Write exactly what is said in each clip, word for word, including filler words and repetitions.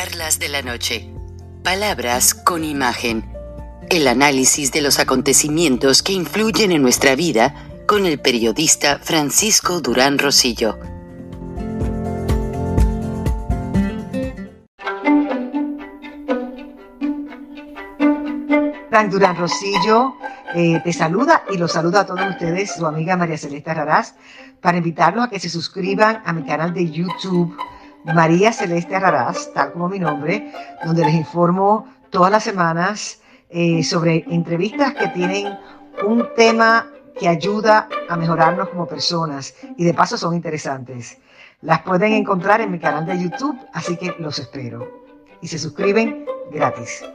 Charlas de la noche. Palabras con imagen. El análisis de los acontecimientos que influyen en nuestra vida con el periodista Francisco Durán Rosillo. Frank Durán Rosillo eh, te saluda y los saluda a todos ustedes, su amiga María Celeste Araraz, para invitarlos a que se suscriban a mi canal de YouTube, María Celeste Araraz, tal como mi nombre, donde les informo todas las semanas eh, sobre entrevistas que tienen un tema que ayuda a mejorarnos como personas y de paso son interesantes. Las pueden encontrar en mi canal de YouTube, así que los espero. Y se suscriben gratis.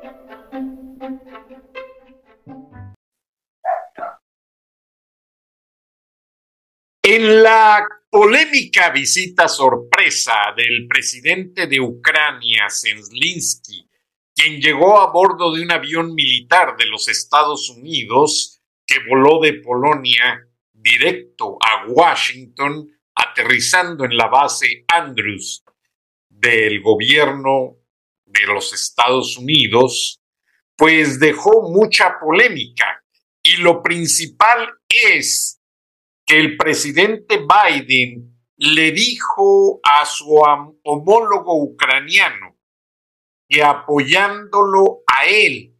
En la polémica visita sorpresa del presidente de Ucrania, Zelensky, quien llegó a bordo de un avión militar de los Estados Unidos que voló de Polonia directo a Washington, aterrizando en la base Andrews del gobierno de los Estados Unidos, pues dejó mucha polémica. Y lo principal es que el presidente Biden le dijo a su homólogo ucraniano que apoyándolo a él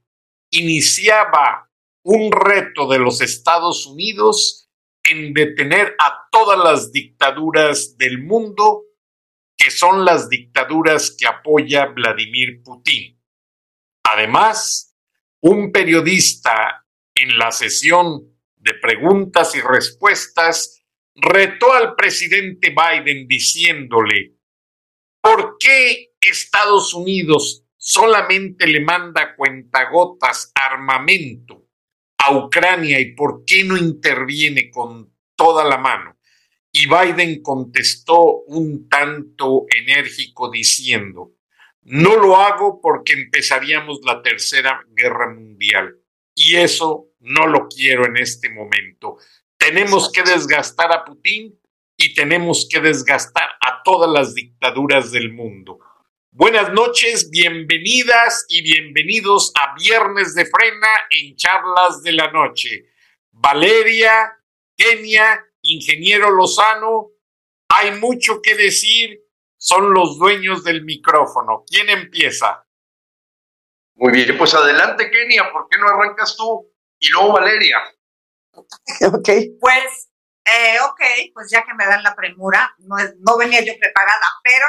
iniciaba un reto de los Estados Unidos en detener a todas las dictaduras del mundo, que son las dictaduras que apoya Vladimir Putin. Además, un periodista en la sesión de preguntas y respuestas, retó al presidente Biden diciéndole: ¿por qué Estados Unidos solamente le manda cuentagotas armamento a Ucrania y por qué no interviene con toda la mano? Y Biden contestó un tanto enérgico diciendo: no lo hago porque empezaríamos la tercera guerra mundial. Y eso no lo quiero en este momento. Tenemos que desgastar a Putin y tenemos que desgastar a todas las dictaduras del mundo. Buenas noches, bienvenidas y bienvenidos a Viernes de Frena en Charlas de la Noche. Valeria, Kenia, Ingeniero Lozano, hay mucho que decir, son los dueños del micrófono. ¿Quién empieza? Muy bien, pues adelante, Kenia, ¿por qué no arrancas tú? Y luego Valeria. Ok. Pues, eh, ok, pues ya que me dan la premura, no, no venía yo preparada, pero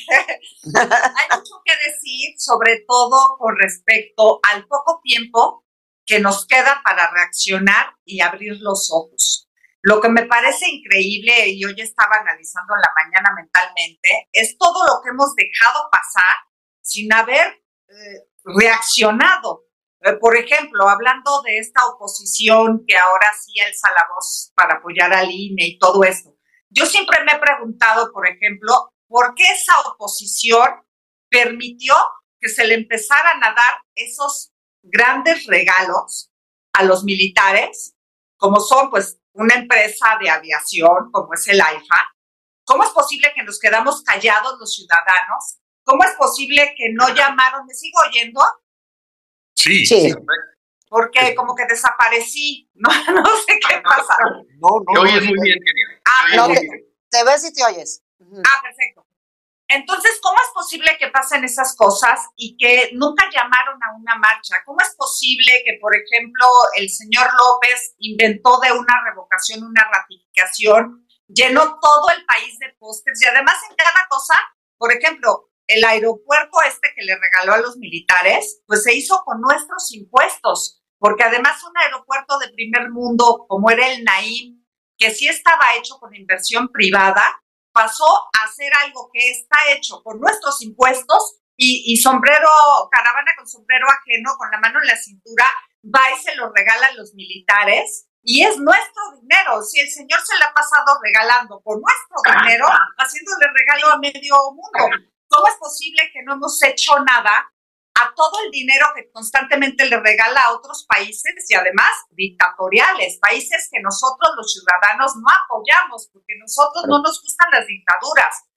hay mucho que decir, sobre todo con respecto al poco tiempo que nos queda para reaccionar y abrir los ojos. Lo que me parece increíble, y hoy estaba analizando en la mañana mentalmente, es todo lo que hemos dejado pasar sin haber eh, reaccionado. Eh, por ejemplo, hablando de esta oposición que ahora sí alza la voz para apoyar al I N E y todo esto, yo siempre me he preguntado, por ejemplo, ¿por qué esa oposición permitió que se le empezaran a dar esos grandes regalos a los militares, como son pues una empresa de aviación, como es el AIFA? ¿Cómo es posible que nos quedamos callados los ciudadanos? ¿Cómo es posible que no llamaron? ¿Me sigo oyendo? Sí. Sí. Porque como que desaparecí. No, no sé qué pasa. No, no. Te oyes muy bien, Kenia. Ah, Te no, oyes te, muy bien. te ves y te oyes. Uh-huh. Ah, perfecto. Entonces, ¿cómo es posible que pasen esas cosas y que nunca llamaron a una marcha? ¿Cómo es posible que, por ejemplo, el señor López inventó de una revocación, una ratificación, llenó todo el país de pósters y además en cada cosa, por ejemplo, el aeropuerto este que le regaló a los militares, pues se hizo con nuestros impuestos, porque además un aeropuerto de primer mundo como era el Naim, que sí estaba hecho con inversión privada, pasó a ser algo que está hecho con nuestros impuestos y, y sombrero, caravana con sombrero ajeno, con la mano en la cintura, va y se lo regala a los militares y es nuestro dinero. Si el señor se le ha pasado regalando con nuestro dinero, haciéndole regalo a medio mundo, ¿cómo es posible que no hemos hecho nada a todo el dinero que constantemente le regala a otros países y además dictatoriales, países que nosotros los ciudadanos no apoyamos porque nosotros no nos gustan las dictaduras?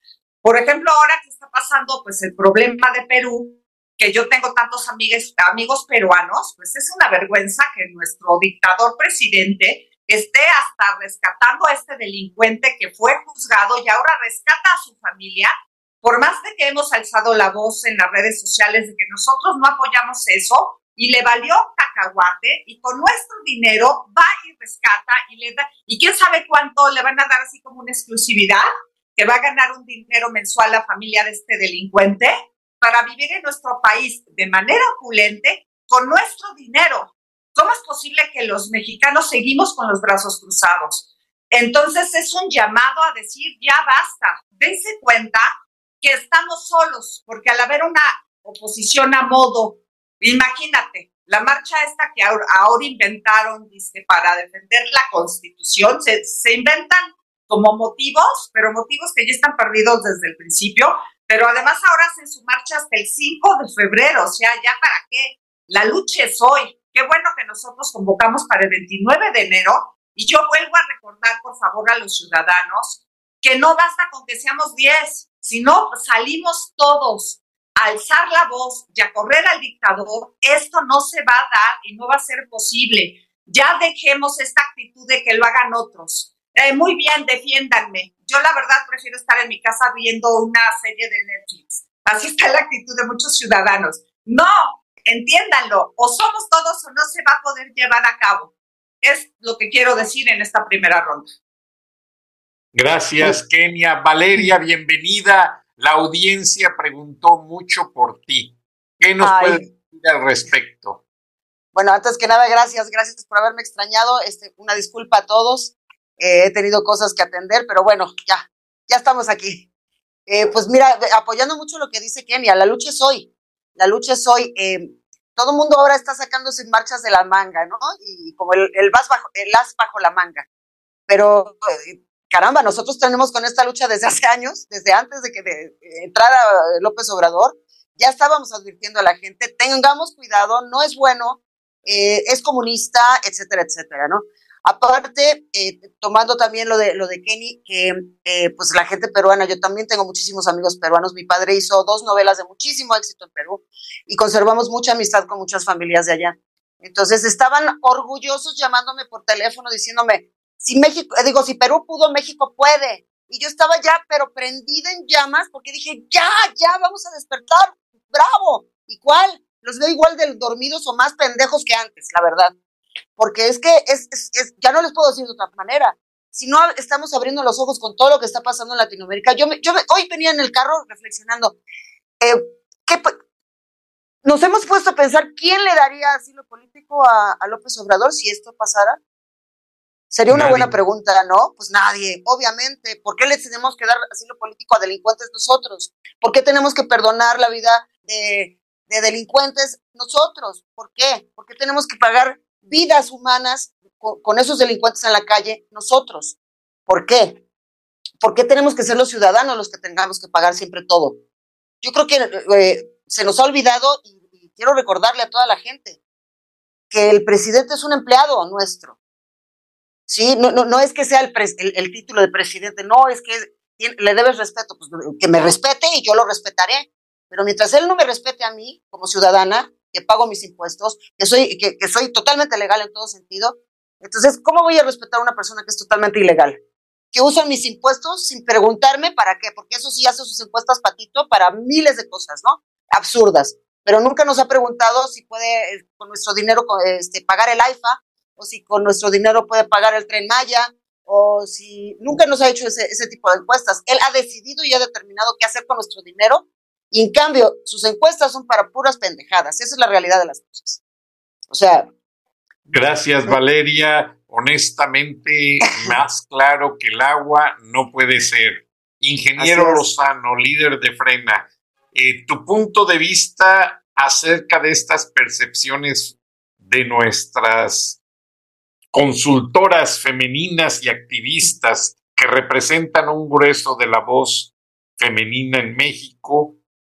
Por ejemplo, ahora que está pasando pues el problema de Perú, que yo tengo tantos amigos, amigos peruanos, pues es una vergüenza que nuestro dictador presidente esté hasta rescatando a este delincuente que fue juzgado y ahora rescata a su familia, por más de que hemos alzado la voz en las redes sociales de que nosotros no apoyamos eso, y le valió cacahuate, y con nuestro dinero va y rescata, y le da, y quién sabe cuánto le van a dar así como una exclusividad, que va a ganar un dinero mensual la familia de este delincuente, para vivir en nuestro país de manera opulente con nuestro dinero. ¿Cómo es posible que los mexicanos seguimos con los brazos cruzados? Entonces es un llamado a decir, ya basta, dense cuenta que estamos solos, porque al haber una oposición a modo, imagínate, la marcha esta que ahora, ahora inventaron dice, para defender la Constitución, se, se inventan como motivos, pero motivos que ya están perdidos desde el principio, pero además ahora hacen su marcha hasta el cinco de febrero, o sea, ¿ya para qué? La lucha es hoy. Qué bueno que nosotros convocamos para el veintinueve de enero, y yo vuelvo a recordar, por favor, a los ciudadanos, que no basta con que seamos diez, sino salimos todos a alzar la voz y a correr al dictador. Esto no se va a dar y no va a ser posible. Ya dejemos esta actitud de que lo hagan otros. Eh, muy bien, defiéndanme. Yo la verdad prefiero estar en mi casa viendo una serie de Netflix. Así está la actitud de muchos ciudadanos. No, entiéndanlo. O somos todos o no se va a poder llevar a cabo. Es lo que quiero decir en esta primera ronda. Gracias, Kenia. Valeria, bienvenida. La audiencia preguntó mucho por ti. ¿Qué nos Ay. puedes decir al respecto? Bueno, antes que nada, gracias, gracias por haberme extrañado. Este, una disculpa a todos. Eh, he tenido cosas que atender, pero bueno, ya, ya estamos aquí. Eh, pues mira, apoyando mucho lo que dice Kenia, la lucha es hoy. La lucha es hoy. Eh, todo el mundo ahora está sacándose marchas de la manga, ¿no? Y como el, el, as, bajo, el as bajo la manga. Pero, eh, caramba, nosotros tenemos con esta lucha desde hace años, desde antes de que de, de entrara López Obrador, ya estábamos advirtiendo a la gente, tengamos cuidado, no es bueno, eh, es comunista, etcétera, etcétera, ¿no? Aparte, eh, tomando también lo de, lo de Kenny, que eh, pues la gente peruana, yo también tengo muchísimos amigos peruanos, mi padre hizo dos novelas de muchísimo éxito en Perú y conservamos mucha amistad con muchas familias de allá. Entonces estaban orgullosos llamándome por teléfono diciéndome, si México, digo, si Perú pudo, México puede. Y yo estaba ya, pero prendida en llamas, porque dije, ya, ya, vamos a despertar, bravo. ¿Y cuál? Los veo igual de dormidos o más pendejos que antes, la verdad. Porque es que es, es, es, ya no les puedo decir de otra manera. Si no estamos abriendo los ojos con todo lo que está pasando en Latinoamérica, yo, me, yo me, hoy venía en el carro reflexionando, eh, ¿qué, nos hemos puesto a pensar quién le daría asilo político a, a López Obrador si esto pasara. Sería una nadie. Buena pregunta, ¿no? Pues nadie, obviamente. ¿Por qué le tenemos que dar asilo político a delincuentes nosotros? ¿Por qué tenemos que perdonar la vida de, de delincuentes nosotros? ¿Por qué? ¿Por qué tenemos que pagar vidas humanas con, con esos delincuentes en la calle nosotros? ¿Por qué? ¿Por qué tenemos que ser los ciudadanos los que tengamos que pagar siempre todo? Yo creo que eh, se nos ha olvidado y, y quiero recordarle a toda la gente que el presidente es un empleado nuestro. Sí, no, no, no es que sea el, pres, el, el título de presidente, no, es que tiene, le debes respeto, pues que me respete y yo lo respetaré, pero mientras él no me respete a mí como ciudadana, que pago mis impuestos, que soy, que, que soy totalmente legal en todo sentido, entonces, ¿cómo voy a respetar a una persona que es totalmente ilegal? Que usa mis impuestos sin preguntarme para qué, porque eso sí hace sus impuestos patito para miles de cosas, ¿no? Absurdas, pero nunca nos ha preguntado si puede con nuestro dinero este, pagar el AIFA, o si con nuestro dinero puede pagar el Tren Maya, o si nunca nos ha hecho ese, ese tipo de encuestas. Él ha decidido y ha determinado qué hacer con nuestro dinero, y en cambio, sus encuestas son para puras pendejadas. Esa es la realidad de las cosas. O sea... Gracias, Valeria. Honestamente, más claro que el agua no puede ser. Ingeniero Lozano, líder de Frena, eh, tu punto de vista acerca de estas percepciones de nuestras consultoras femeninas y activistas que representan un grueso de la voz femenina en México.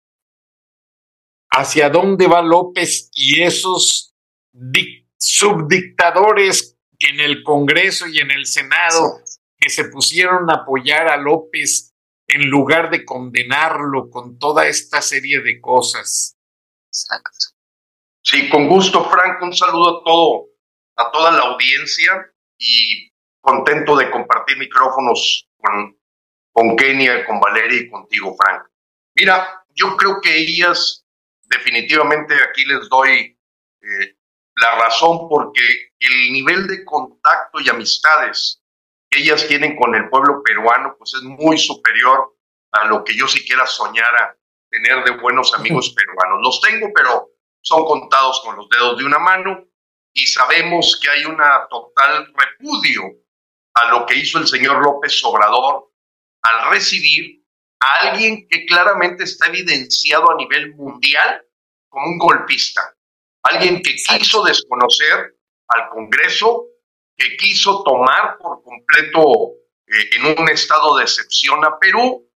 ¿Hacia dónde va López y esos subdictadores en el Congreso y en el Senado que se pusieron a apoyar a López en lugar de condenarlo con toda esta serie de cosas. Exacto. Sí, con gusto, Frank. Un saludo a todo, a toda la audiencia y contento de compartir micrófonos con, con Kenia, con Valeria y contigo, Frank. Mira, yo creo que ellas definitivamente aquí les doy eh, la razón, porque el nivel de contacto y amistades que ellas tienen con el pueblo peruano pues es muy superior a lo que yo siquiera soñara tener de buenos amigos peruanos. Los tengo, pero son contados con los dedos de una mano, y sabemos que hay una total repudio a lo que hizo el señor López Obrador al recibir a alguien que claramente está evidenciado a nivel mundial como un golpista, alguien que quiso desconocer al Congreso, que quiso tomar por completo eh, en un estado de excepción a Perú,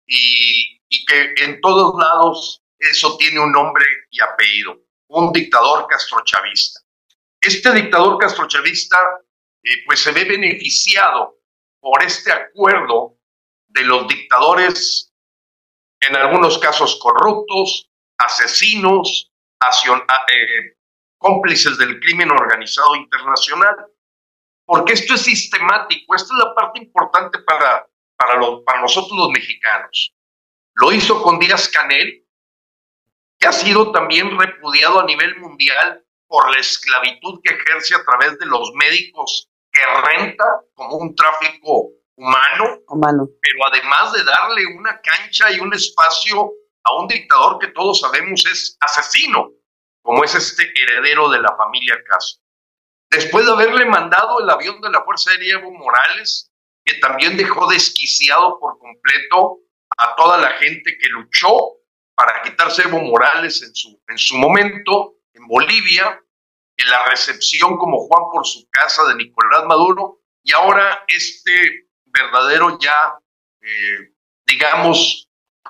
y, y que en todos lados eso tiene un nombre y apellido: un dictador castrochavista. Este dictador castrochavista eh, pues se ve beneficiado por este acuerdo de los dictadores, en algunos casos corruptos, asesinos, accion, eh, cómplices del crimen organizado internacional, porque esto es sistemático. Esta es la parte importante para, para, lo, para nosotros los mexicanos. Lo hizo con Díaz-Canel, que ha sido también repudiado a nivel mundial por la esclavitud que ejerce a través de los médicos que renta como un tráfico humano, humano, pero además de darle una cancha y un espacio a un dictador que todos sabemos es asesino, como es este heredero de la familia Castro. Después de haberle mandado el avión de la Fuerza Aérea Evo Morales, que también dejó desquiciado por completo a toda la gente que luchó para quitarse Evo Morales en su, en su momento en Bolivia, en la recepción como Juan por su casa de Nicolás Maduro, y ahora este verdadero ya, eh, digamos,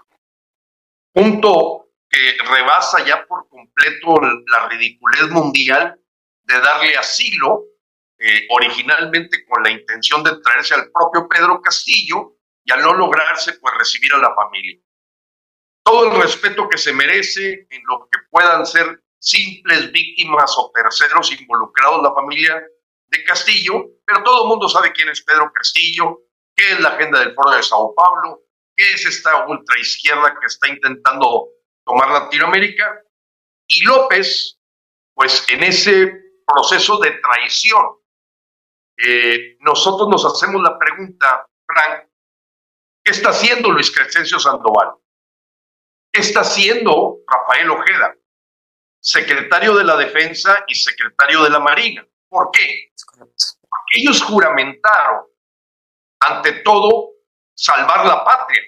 punto que rebasa ya por completo la ridiculez mundial de darle asilo, eh, originalmente con la intención de traerse al propio Pedro Castillo, y al no lograrse, pues recibir a la familia. Todo el respeto que se merece en lo que puedan ser simples víctimas o terceros involucrados la familia de Castillo, pero todo el mundo sabe quién es Pedro Castillo, qué es la agenda del Foro de Sao Paulo, qué es esta ultraizquierda que está intentando tomar Latinoamérica. Y López, pues en ese proceso de traición, eh, nosotros nos hacemos la pregunta, Frank, ¿qué está haciendo Luis Crescencio Sandoval? ¿Qué está haciendo Rafael Ojeda, secretario de la Defensa y secretario de la Marina? ¿Por qué? Porque ellos juramentaron, ante todo, salvar la patria,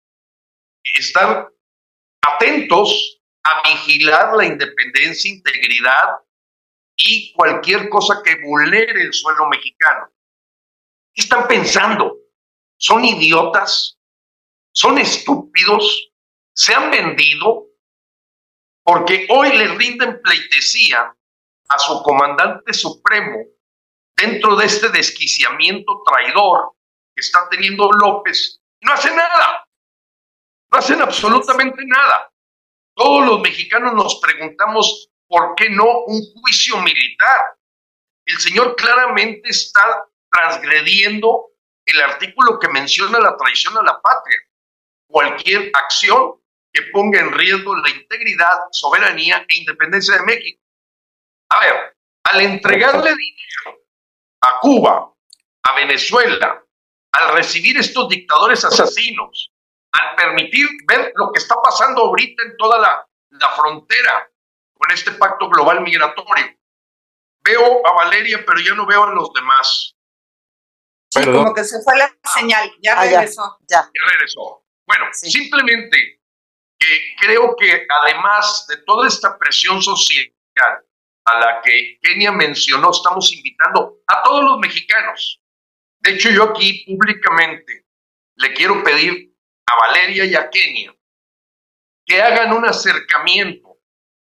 estar atentos a vigilar la independencia, integridad y cualquier cosa que vulnere el suelo mexicano. ¿Qué están pensando? ¿Son idiotas? ¿Son estúpidos? ¿Se han vendido? Porque hoy le rinden pleitesía a su comandante supremo dentro de este desquiciamiento traidor que está teniendo López, y no hacen nada, no hacen absolutamente nada. Todos los mexicanos nos preguntamos por qué no un juicio militar. El señor claramente está transgrediendo el artículo que menciona la traición a la patria. Cualquier acción que ponga en riesgo la integridad, soberanía e independencia de México. A ver, al entregarle dinero a Cuba, a Venezuela, al recibir estos dictadores asesinos, al permitir ver lo que está pasando ahorita en toda la, la frontera con este pacto global migratorio, veo a Valeria, pero ya no veo a los demás. Sí, como que se fue la señal, ya ah, regresó. Ya, ya. ya regresó. Bueno, sí. Simplemente que creo que además de toda esta presión social a la que Kenia mencionó, estamos invitando a todos los mexicanos. De hecho, yo aquí públicamente le quiero pedir a Valeria y a Kenia que hagan un acercamiento.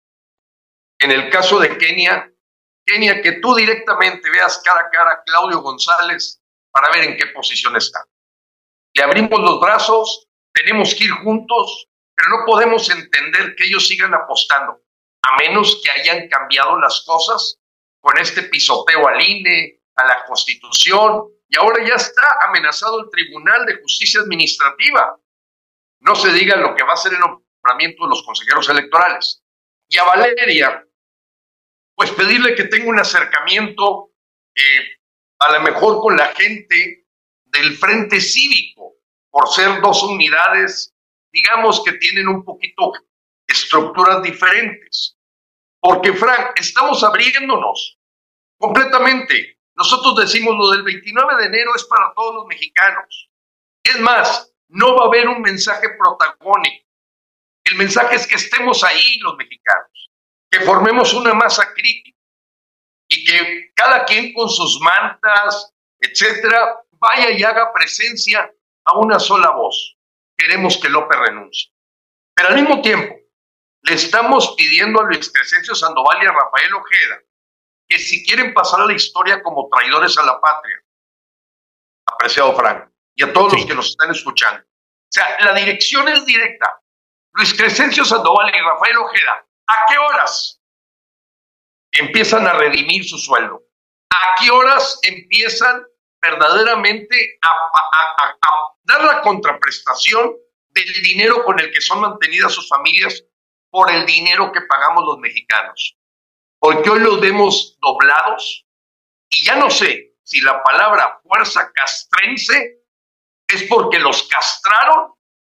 En el caso de Kenia, Kenia, que tú directamente veas cara a cara a Claudio González para ver en qué posición está. Le abrimos los brazos, tenemos que ir juntos, pero no podemos entender que ellos sigan apostando, a menos que hayan cambiado las cosas con este pisoteo al I N E, a la Constitución, y ahora ya está amenazado el Tribunal de Justicia Administrativa. No se diga lo que va a ser el nombramiento de los consejeros electorales. Y a Valeria, pues pedirle que tenga un acercamiento eh, a lo mejor con la gente del Frente Cívico, por ser dos unidades, digamos que tienen un poquito estructuras diferentes. Porque, Frank, estamos abriéndonos completamente. Nosotros decimos lo del veintinueve de enero es para todos los mexicanos. Es más, no va a haber un mensaje protagónico. El mensaje es que estemos ahí los mexicanos, que formemos una masa crítica y que cada quien con sus mantas, etcétera, vaya y haga presencia a una sola voz. Queremos que López renuncie. Pero al mismo tiempo, le estamos pidiendo a Luis Crescencio Sandoval y a Rafael Ojeda que si quieren pasar a la historia como traidores a la patria, apreciado Frank, y a todos sí. los que nos están escuchando. O sea, la dirección es directa. Luis Crescencio Sandoval y Rafael Ojeda, ¿a qué horas empiezan a redimir su sueldo? ¿A qué horas empiezan verdaderamente a, a, a, a dar la contraprestación del dinero con el que son mantenidas sus familias por el dinero que pagamos los mexicanos? Porque hoy los vemos doblados y ya no sé si la palabra fuerza castrense es porque los castraron.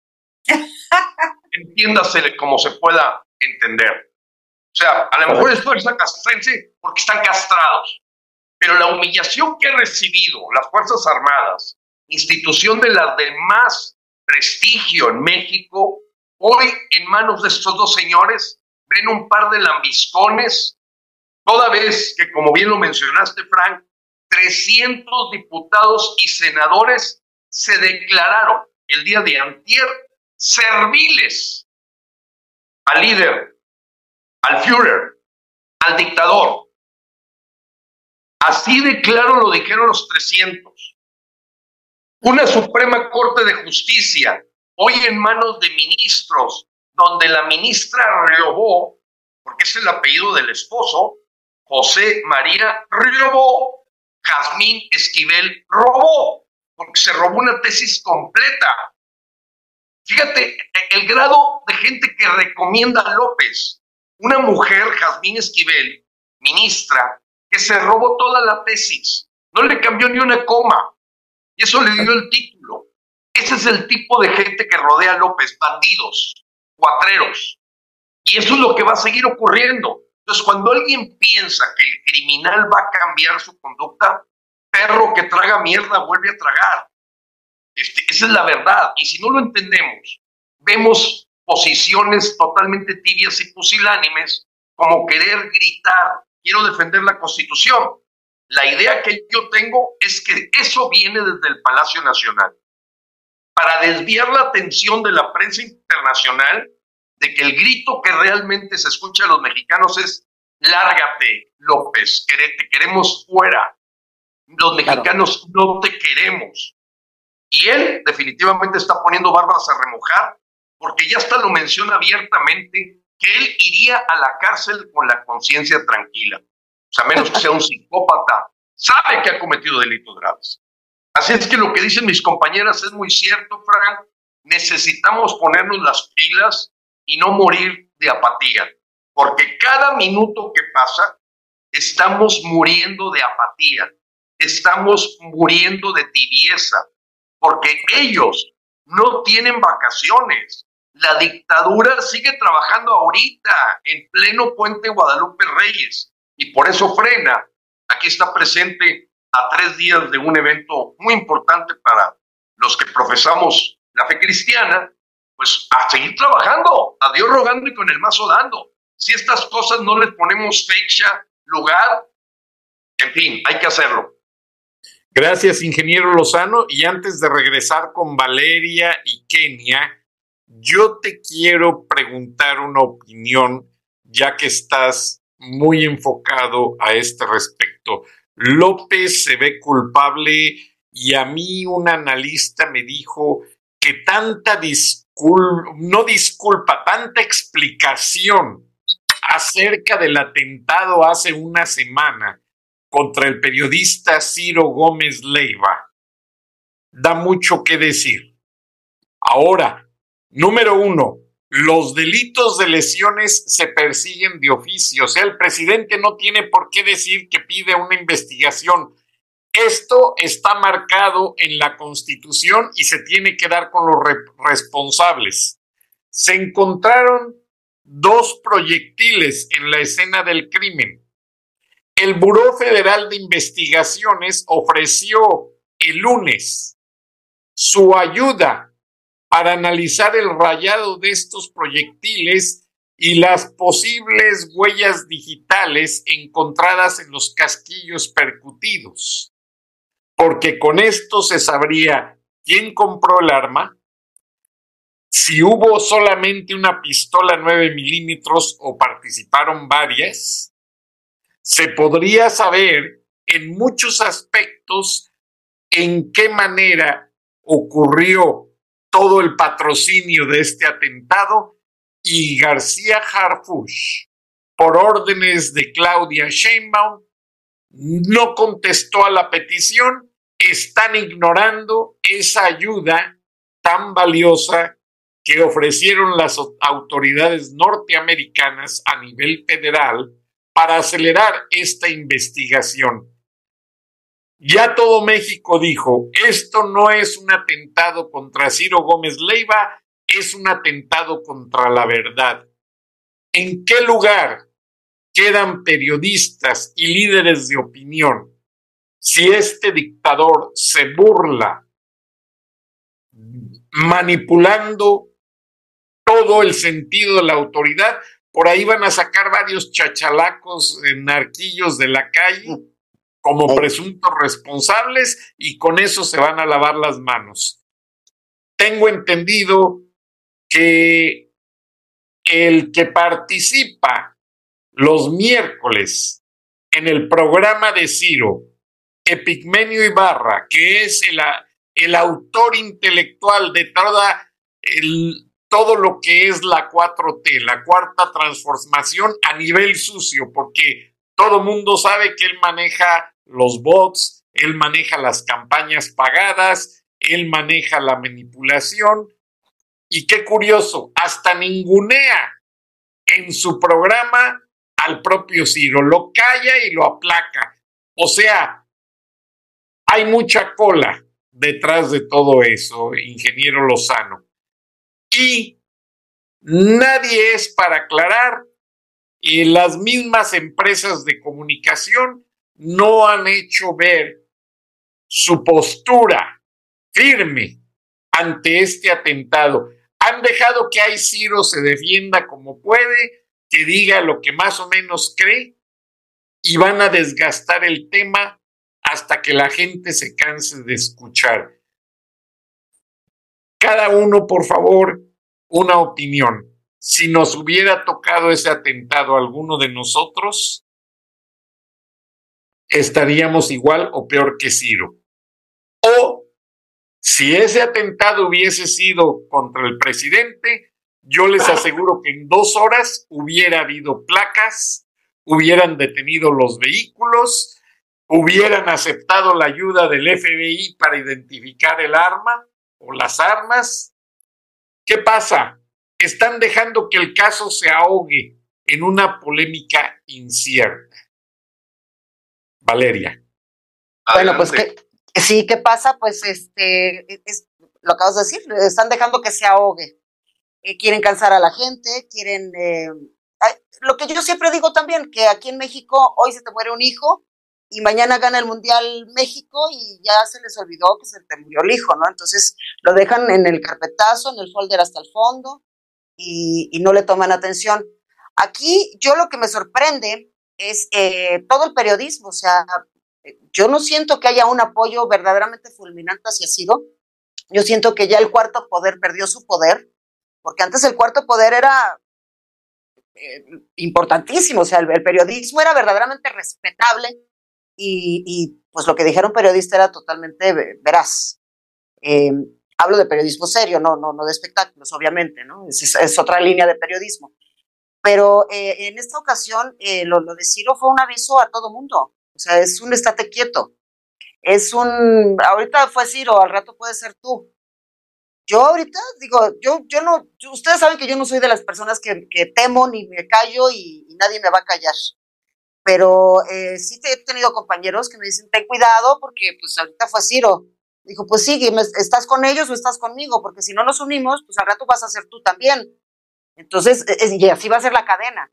Entiéndase como se pueda entender. O sea, a lo mejor es fuerza castrense porque están castrados. Pero la humillación que han recibido las Fuerzas Armadas, institución de las de más prestigio en México, hoy en manos de estos dos señores, ven un par de lambiscones, toda vez que, como bien lo mencionaste, Frank, trescientos diputados y senadores se declararon el día de antier serviles al líder, al Führer, al dictador. Así de claro lo dijeron los trescientos. Una Suprema Corte de Justicia, hoy en manos de ministros, donde la ministra Riobó, porque es el apellido del esposo, José María Riobó, Jazmín Esquivel robó, porque se robó una tesis completa. Fíjate, el grado de gente que recomienda a López, una mujer, Jazmín Esquivel, ministra, que se robó toda la tesis, no le cambió ni una coma, y eso le dio el título. Ese es el tipo de gente que rodea a López, bandidos, cuatreros, y eso es lo que va a seguir ocurriendo. Entonces, cuando alguien piensa que el criminal va a cambiar su conducta, perro que traga mierda vuelve a tragar. Este, esa es la verdad, y si no lo entendemos, vemos posiciones totalmente tibias y pusilánimes, como querer gritar, quiero defender la Constitución. La idea que yo tengo es que eso viene desde el Palacio Nacional, para desviar la atención de la prensa internacional de que el grito que realmente se escucha a los mexicanos es: lárgate, López, te queremos fuera. Los mexicanos claro. no te queremos. Y él definitivamente está poniendo barbas a remojar, porque ya hasta lo menciona abiertamente que él iría a la cárcel con la conciencia tranquila. O sea, a menos que sea un psicópata, sabe que ha cometido delitos graves. Así es que lo que dicen mis compañeras es muy cierto, Frank. Necesitamos ponernos las pilas y no morir de apatía, porque cada minuto que pasa estamos muriendo de apatía, estamos muriendo de tibieza, porque ellos no tienen vacaciones. La dictadura sigue trabajando ahorita en pleno Puente Guadalupe Reyes y por eso frena. Aquí está presente a tres días de un evento muy importante para los que profesamos la fe cristiana, pues a seguir trabajando, a Dios rogando y con el mazo dando. Si estas cosas no les ponemos fecha, lugar, en fin, hay que hacerlo. Gracias, ingeniero Lozano. Y antes de regresar con Valeria y Kenia, yo te quiero preguntar una opinión, ya que estás muy enfocado a este respecto. López se ve culpable y a mí un analista me dijo que tanta disculpa, no disculpa, tanta explicación acerca del atentado hace una semana contra el periodista Ciro Gómez Leiva da mucho que decir. Ahora, número uno, los delitos de lesiones se persiguen de oficio. O sea, el presidente no tiene por qué decir que pide una investigación. Esto está marcado en la Constitución y se tiene que dar con los re- responsables. Se encontraron dos proyectiles en la escena del crimen. El Buró Federal de Investigaciones ofreció el lunes su ayuda para analizar el rayado de estos proyectiles y las posibles huellas digitales encontradas en los casquillos percutidos, porque con esto se sabría quién compró el arma, si hubo solamente una pistola nueve milímetros o participaron varias. Se podría saber en muchos aspectos en qué manera ocurrió todo el patrocinio de este atentado, y García Harfuch, por órdenes de Claudia Sheinbaum, no contestó a la petición. Están ignorando esa ayuda tan valiosa que ofrecieron las autoridades norteamericanas a nivel federal para acelerar esta investigación. Ya todo México dijo, esto no es un atentado contra Ciro Gómez Leiva, es un atentado contra la verdad. ¿En qué lugar quedan periodistas y líderes de opinión si este dictador se burla manipulando todo el sentido de la autoridad? Por ahí van a sacar varios chachalacos, eh, narquillos de la calle como presuntos responsables, y con eso se van a lavar las manos. Tengo entendido que el que participa los miércoles en el programa de Ciro, Epigmenio Ibarra, que es el, el autor intelectual de toda el, todo lo que es la cuatro T, la cuarta transformación a nivel sucio, porque todo mundo sabe que él maneja los bots, él maneja las campañas pagadas, él maneja la manipulación. Y qué curioso, hasta ningunea en su programa al propio Ciro, lo calla y lo aplaca. O sea, hay mucha cola detrás de todo eso, ingeniero Lozano. Y nadie es para aclarar, y las mismas empresas de comunicación no han hecho ver su postura firme ante este atentado. Han dejado que ahí Ciro se defienda como puede, que diga lo que más o menos cree, y van a desgastar el tema hasta que la gente se canse de escuchar. Cada uno, por favor, una opinión. Si nos hubiera tocado ese atentado a alguno de nosotros, estaríamos igual o peor que Ciro. O si ese atentado hubiese sido contra el presidente, yo les aseguro que en dos horas hubiera habido placas, hubieran detenido los vehículos, hubieran aceptado la ayuda del F B I para identificar el arma o las armas. ¿Qué pasa? Están dejando que el caso se ahogue en una polémica incierta. Valeria. Bueno, pues que sí, ¿qué pasa? Pues este, es, lo acabas de decir, están dejando que se ahogue. Eh, quieren cansar a la gente, quieren... Eh, lo que yo siempre digo también, que aquí en México hoy se te muere un hijo y mañana gana el Mundial México y ya se les olvidó que se te murió el hijo, ¿no? Entonces lo dejan en el carpetazo, en el folder hasta el fondo y, y no le toman atención. Aquí yo lo que me sorprende es eh, todo el periodismo, o sea, yo no siento que haya un apoyo verdaderamente fulminante hacia Ciro. Yo siento que ya el cuarto poder perdió su poder, porque antes el cuarto poder era eh, importantísimo, o sea, el, el periodismo era verdaderamente respetable y, y pues lo que dijeron periodista era totalmente veraz. Eh, Hablo de periodismo serio, no, no, no de espectáculos, obviamente, ¿no? Es, es, es otra línea de periodismo. Pero eh, en esta ocasión, eh, lo, lo de Ciro fue un aviso a todo mundo. O sea, es un estate quieto. Es un, ahorita fue Ciro, al rato puede ser tú. Yo ahorita, digo, yo, yo no, yo, ustedes saben que yo no soy de las personas que, que temo ni me callo y, y nadie me va a callar. Pero eh, sí te, he tenido compañeros que me dicen, ten cuidado porque pues ahorita fue Ciro. Dijo, pues sí, ¿estás con ellos o estás conmigo? Porque si no nos unimos, pues al rato vas a ser tú también. Entonces, es, y así va a ser la cadena.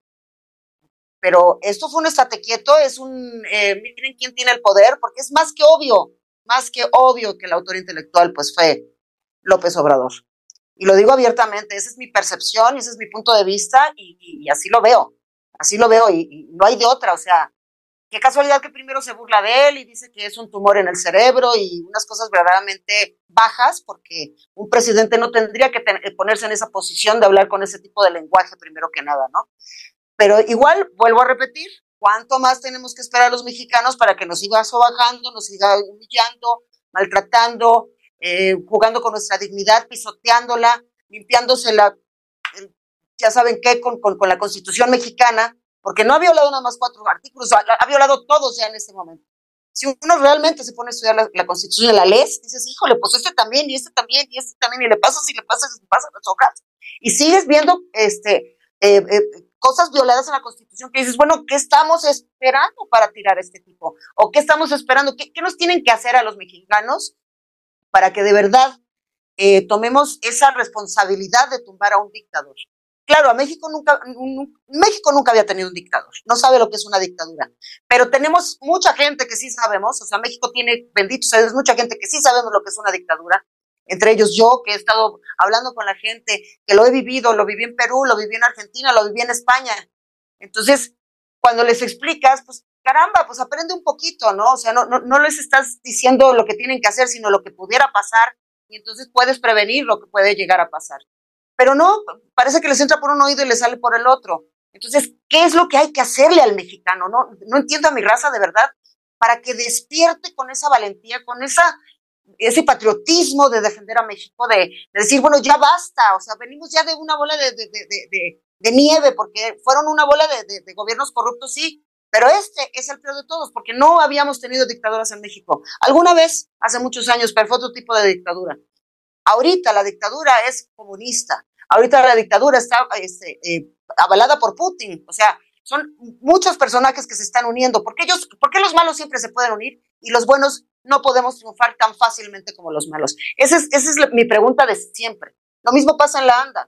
Pero esto fue un estate quieto, es un, eh, miren quién tiene el poder, porque es más que obvio, más que obvio que el autor intelectual pues fue López Obrador. Y lo digo abiertamente, esa es mi percepción, ese es mi punto de vista y, y, y así lo veo, así lo veo y, y no hay de otra, o sea, qué casualidad que primero se burla de él y dice que es un tumor en el cerebro y unas cosas verdaderamente bajas, porque un presidente no tendría que ten- ponerse en esa posición de hablar con ese tipo de lenguaje primero que nada, ¿no? Pero igual, vuelvo a repetir, ¿cuánto más tenemos que esperar a los mexicanos para que nos siga sobajando, nos siga humillando, maltratando, eh, jugando con nuestra dignidad, pisoteándola, limpiándosela, eh, ya saben qué, con, con, con la Constitución mexicana? Porque no ha violado nada más cuatro artículos, ha, ha violado todos ya en este momento. Si uno realmente se pone a estudiar la, la Constitución y la lees, dices, híjole, pues este también, y este también, y este también, y le pasas, y le pasas, y le pasas las hojas, y sigues viendo este, eh, eh, cosas violadas en la Constitución que dices, bueno, ¿qué estamos esperando para tirar a este tipo? ¿O qué estamos esperando? ¿Qué, qué nos tienen que hacer a los mexicanos para que de verdad eh, tomemos esa responsabilidad de tumbar a un dictador? Claro, a México nunca, un, México nunca había tenido un dictador, no sabe lo que es una dictadura, pero tenemos mucha gente que sí sabemos, o sea, México tiene, bendito sea Dios, mucha gente que sí sabemos lo que es una dictadura, entre ellos yo, que he estado hablando con la gente, que lo he vivido, lo viví en Perú, lo viví en Argentina, lo viví en España. Entonces, cuando les explicas, pues caramba, pues aprende un poquito, ¿no? O sea, no, no, no les estás diciendo lo que tienen que hacer, sino lo que pudiera pasar, y entonces puedes prevenir lo que puede llegar a pasar. Pero no, parece que les entra por un oído y les sale por el otro. Entonces, ¿qué es lo que hay que hacerle al mexicano? No, no entiendo a mi raza de verdad, para que despierte con esa valentía, con esa, ese patriotismo de defender a México, de, de decir, bueno, ya basta, o sea, venimos ya de una bola de, de, de, de, de nieve, porque fueron una bola de, de, de gobiernos corruptos, sí, pero este es el peor de todos, porque no habíamos tenido dictaduras en México. Alguna vez, hace muchos años, pero fue otro tipo de dictadura. Ahorita la dictadura es comunista, ahorita la dictadura está este, eh, avalada por Putin, o sea, son muchos personajes que se están uniendo. ¿Por qué, ellos, ¿Por qué los malos siempre se pueden unir y los buenos no podemos triunfar tan fácilmente como los malos? Esa es, esa es mi pregunta de siempre. Lo mismo pasa en la ANDA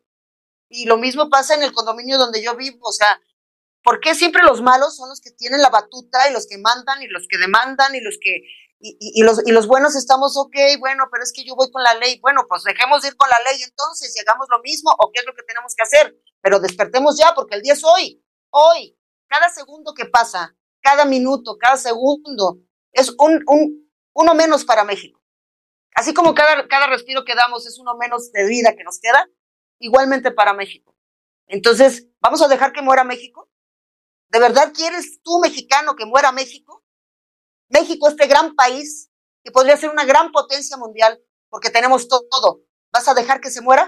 y lo mismo pasa en el condominio donde yo vivo, o sea, ¿por qué siempre los malos son los que tienen la batuta y los que mandan y los que demandan y los que... Y, y, y, los, y los buenos estamos, ok, bueno, pero es que yo voy con la ley? Bueno, pues dejemos de ir con la ley entonces y hagamos lo mismo, o qué es lo que tenemos que hacer, pero despertemos ya, porque el día es hoy, hoy, cada segundo que pasa, cada minuto, cada segundo, es un, un uno menos para México. Así como cada, cada respiro que damos es uno menos de vida que nos queda, igualmente para México. Entonces, ¿vamos a dejar que muera México? ¿De verdad quieres tú, mexicano, que muera México? México, este gran país, que podría ser una gran potencia mundial, porque tenemos todo. ¿Vas a dejar que se muera?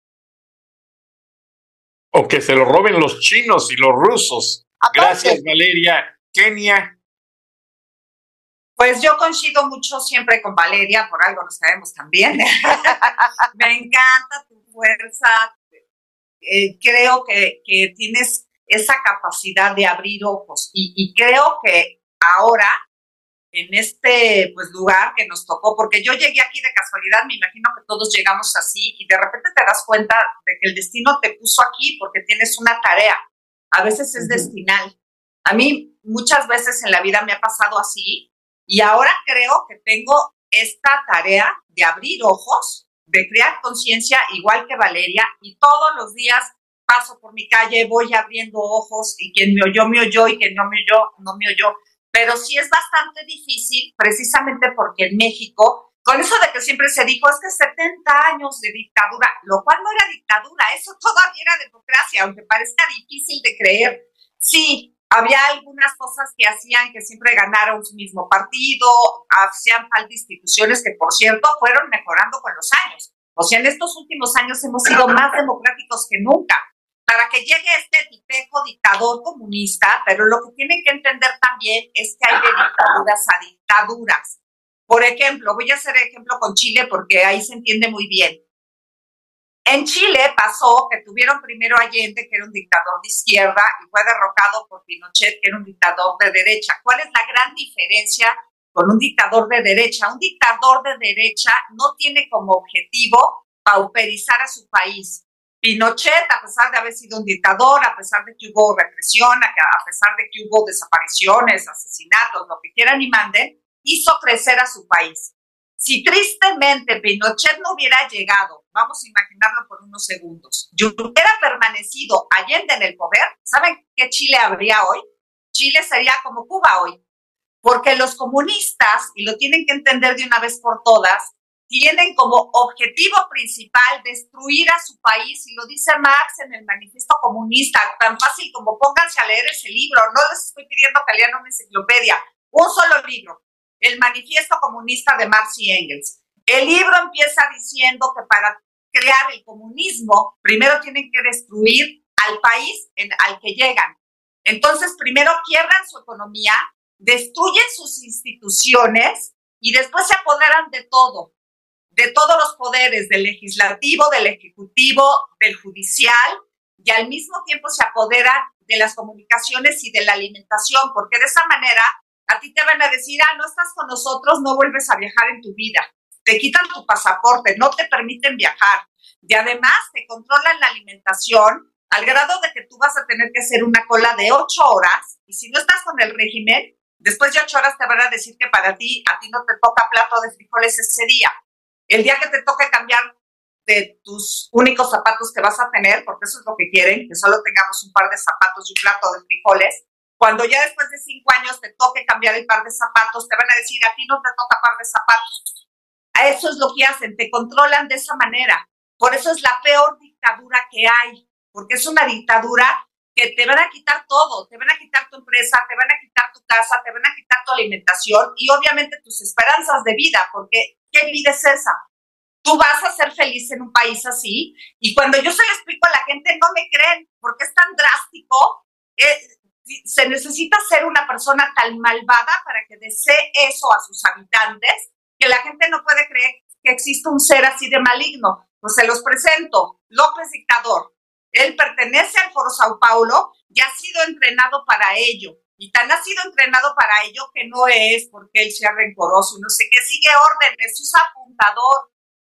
O que se lo roben los chinos y los rusos. Aparte. Gracias, Valeria. Kenia. Pues yo coincido mucho siempre con Valeria, por algo lo sabemos también. Me encanta tu fuerza. Eh, creo que, que tienes esa capacidad de abrir ojos y, y creo que ahora en este pues lugar que nos tocó, porque yo llegué aquí de casualidad, me imagino que todos llegamos así y de repente te das cuenta de que el destino te puso aquí porque tienes una tarea, a veces es uh-huh. destinal. A mí muchas veces en la vida me ha pasado así y ahora creo que tengo esta tarea de abrir ojos, de crear conciencia igual que Valeria, y todos los días paso por mi calle, voy abriendo ojos y quien me oyó, me oyó y quien no me oyó, no me oyó. Pero sí es bastante difícil, precisamente porque en México, con eso de que siempre se dijo, es que setenta años de dictadura, lo cual no era dictadura, eso todavía era democracia, aunque parezca difícil de creer. Sí, Había algunas cosas que hacían que siempre ganara un mismo partido, hacían falta instituciones que, por cierto, fueron mejorando con los años. O sea, en estos últimos años hemos sido más democráticos que nunca. Para que llegue este tipejo dictador comunista, pero lo que tienen que entender también es que hay de dictaduras a dictaduras. Por ejemplo, voy a hacer ejemplo con Chile porque ahí se entiende muy bien. En Chile pasó que tuvieron primero a Allende, que era un dictador de izquierda, y fue derrocado por Pinochet, que era un dictador de derecha. ¿Cuál es la gran diferencia con un dictador de derecha? Un dictador de derecha no tiene como objetivo pauperizar a su país. Pinochet, a pesar de haber sido un dictador, a pesar de que hubo represión, a pesar de que hubo desapariciones, asesinatos, lo que quieran y manden, hizo crecer a su país. Si tristemente Pinochet no hubiera llegado, vamos a imaginarlo por unos segundos, y hubiera permanecido Allende en el poder, ¿saben qué Chile habría hoy? Chile sería como Cuba hoy, porque los comunistas, y lo tienen que entender de una vez por todas, tienen como objetivo principal destruir a su país, y lo dice Marx en el Manifiesto Comunista, tan fácil como pónganse a leer ese libro, no les estoy pidiendo que lean una enciclopedia, un solo libro. El Manifiesto Comunista de Marx y Engels. El libro empieza diciendo que para crear el comunismo, primero tienen que destruir al país en, al que llegan. Entonces, primero quiebran su economía, destruyen sus instituciones y después se apoderan de todo, de todos los poderes, del legislativo, del ejecutivo, del judicial, y al mismo tiempo se apoderan de las comunicaciones y de la alimentación, porque de esa manera a ti te van a decir, ah, no estás con nosotros, no vuelves a viajar en tu vida. Te quitan tu pasaporte, no te permiten viajar. Y además te controlan la alimentación al grado de que tú vas a tener que hacer una cola de ocho horas. Y si no estás con el régimen, después de ocho horas te van a decir que para ti, a ti no te toca plato de frijoles ese día. El día que te toque cambiar de tus únicos zapatos que vas a tener, porque eso es lo que quieren, que solo tengamos un par de zapatos y un plato de frijoles, cuando ya después de cinco años te toque cambiar el par de zapatos, te van a decir, a ti no te toca par de zapatos. Eso es lo que hacen, te controlan de esa manera. Por eso es la peor dictadura que hay, porque es una dictadura que te van a quitar todo, te van a quitar tu empresa, te van a quitar tu casa, te van a quitar tu alimentación y obviamente tus esperanzas de vida, porque ¿qué vida es esa? Tú vas a ser feliz en un país así, y cuando yo se lo explico a la gente no me creen, porque es tan drástico. Eh, se necesita ser una persona tan malvada para que desee eso a sus habitantes, que la gente no puede creer que existe un ser así de maligno. Pues se los presento. López Dictador. Él pertenece al Foro Sao Paulo y ha sido entrenado para ello. Y tan ha sido entrenado para ello que no es porque él sea rencoroso y no sé qué, sigue órdenes, usa apuntador.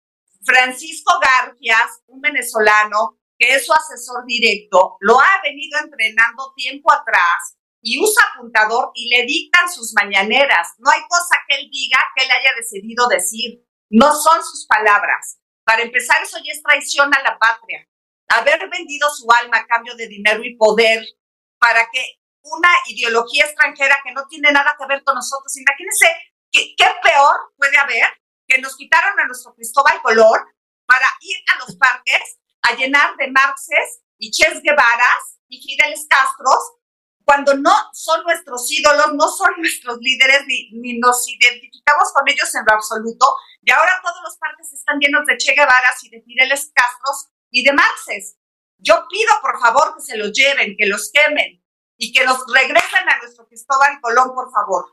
Francisco Garfias, un venezolano, que es su asesor directo, lo ha venido entrenando tiempo atrás y usa apuntador y le dictan sus mañaneras. No hay cosa que él diga que él haya decidido decir. No son sus palabras. Para empezar, eso ya es traición a la patria. Haber vendido su alma a cambio de dinero y poder para que una ideología extranjera que no tiene nada que ver con nosotros. Imagínense qué, qué peor puede haber que nos quitaron a nuestro Cristóbal Colón para ir a los parques a llenar de Marxes y Che Guevaras y Fideles Castros, cuando no son nuestros ídolos, no son nuestros líderes, ni, ni nos identificamos con ellos en lo absoluto, y ahora todos los parques están llenos de Che Guevaras y de Fideles Castros y de Marxes. Yo pido, por favor, que se los lleven, que los quemen, y que nos regresen a nuestro Cristóbal Colón, por favor.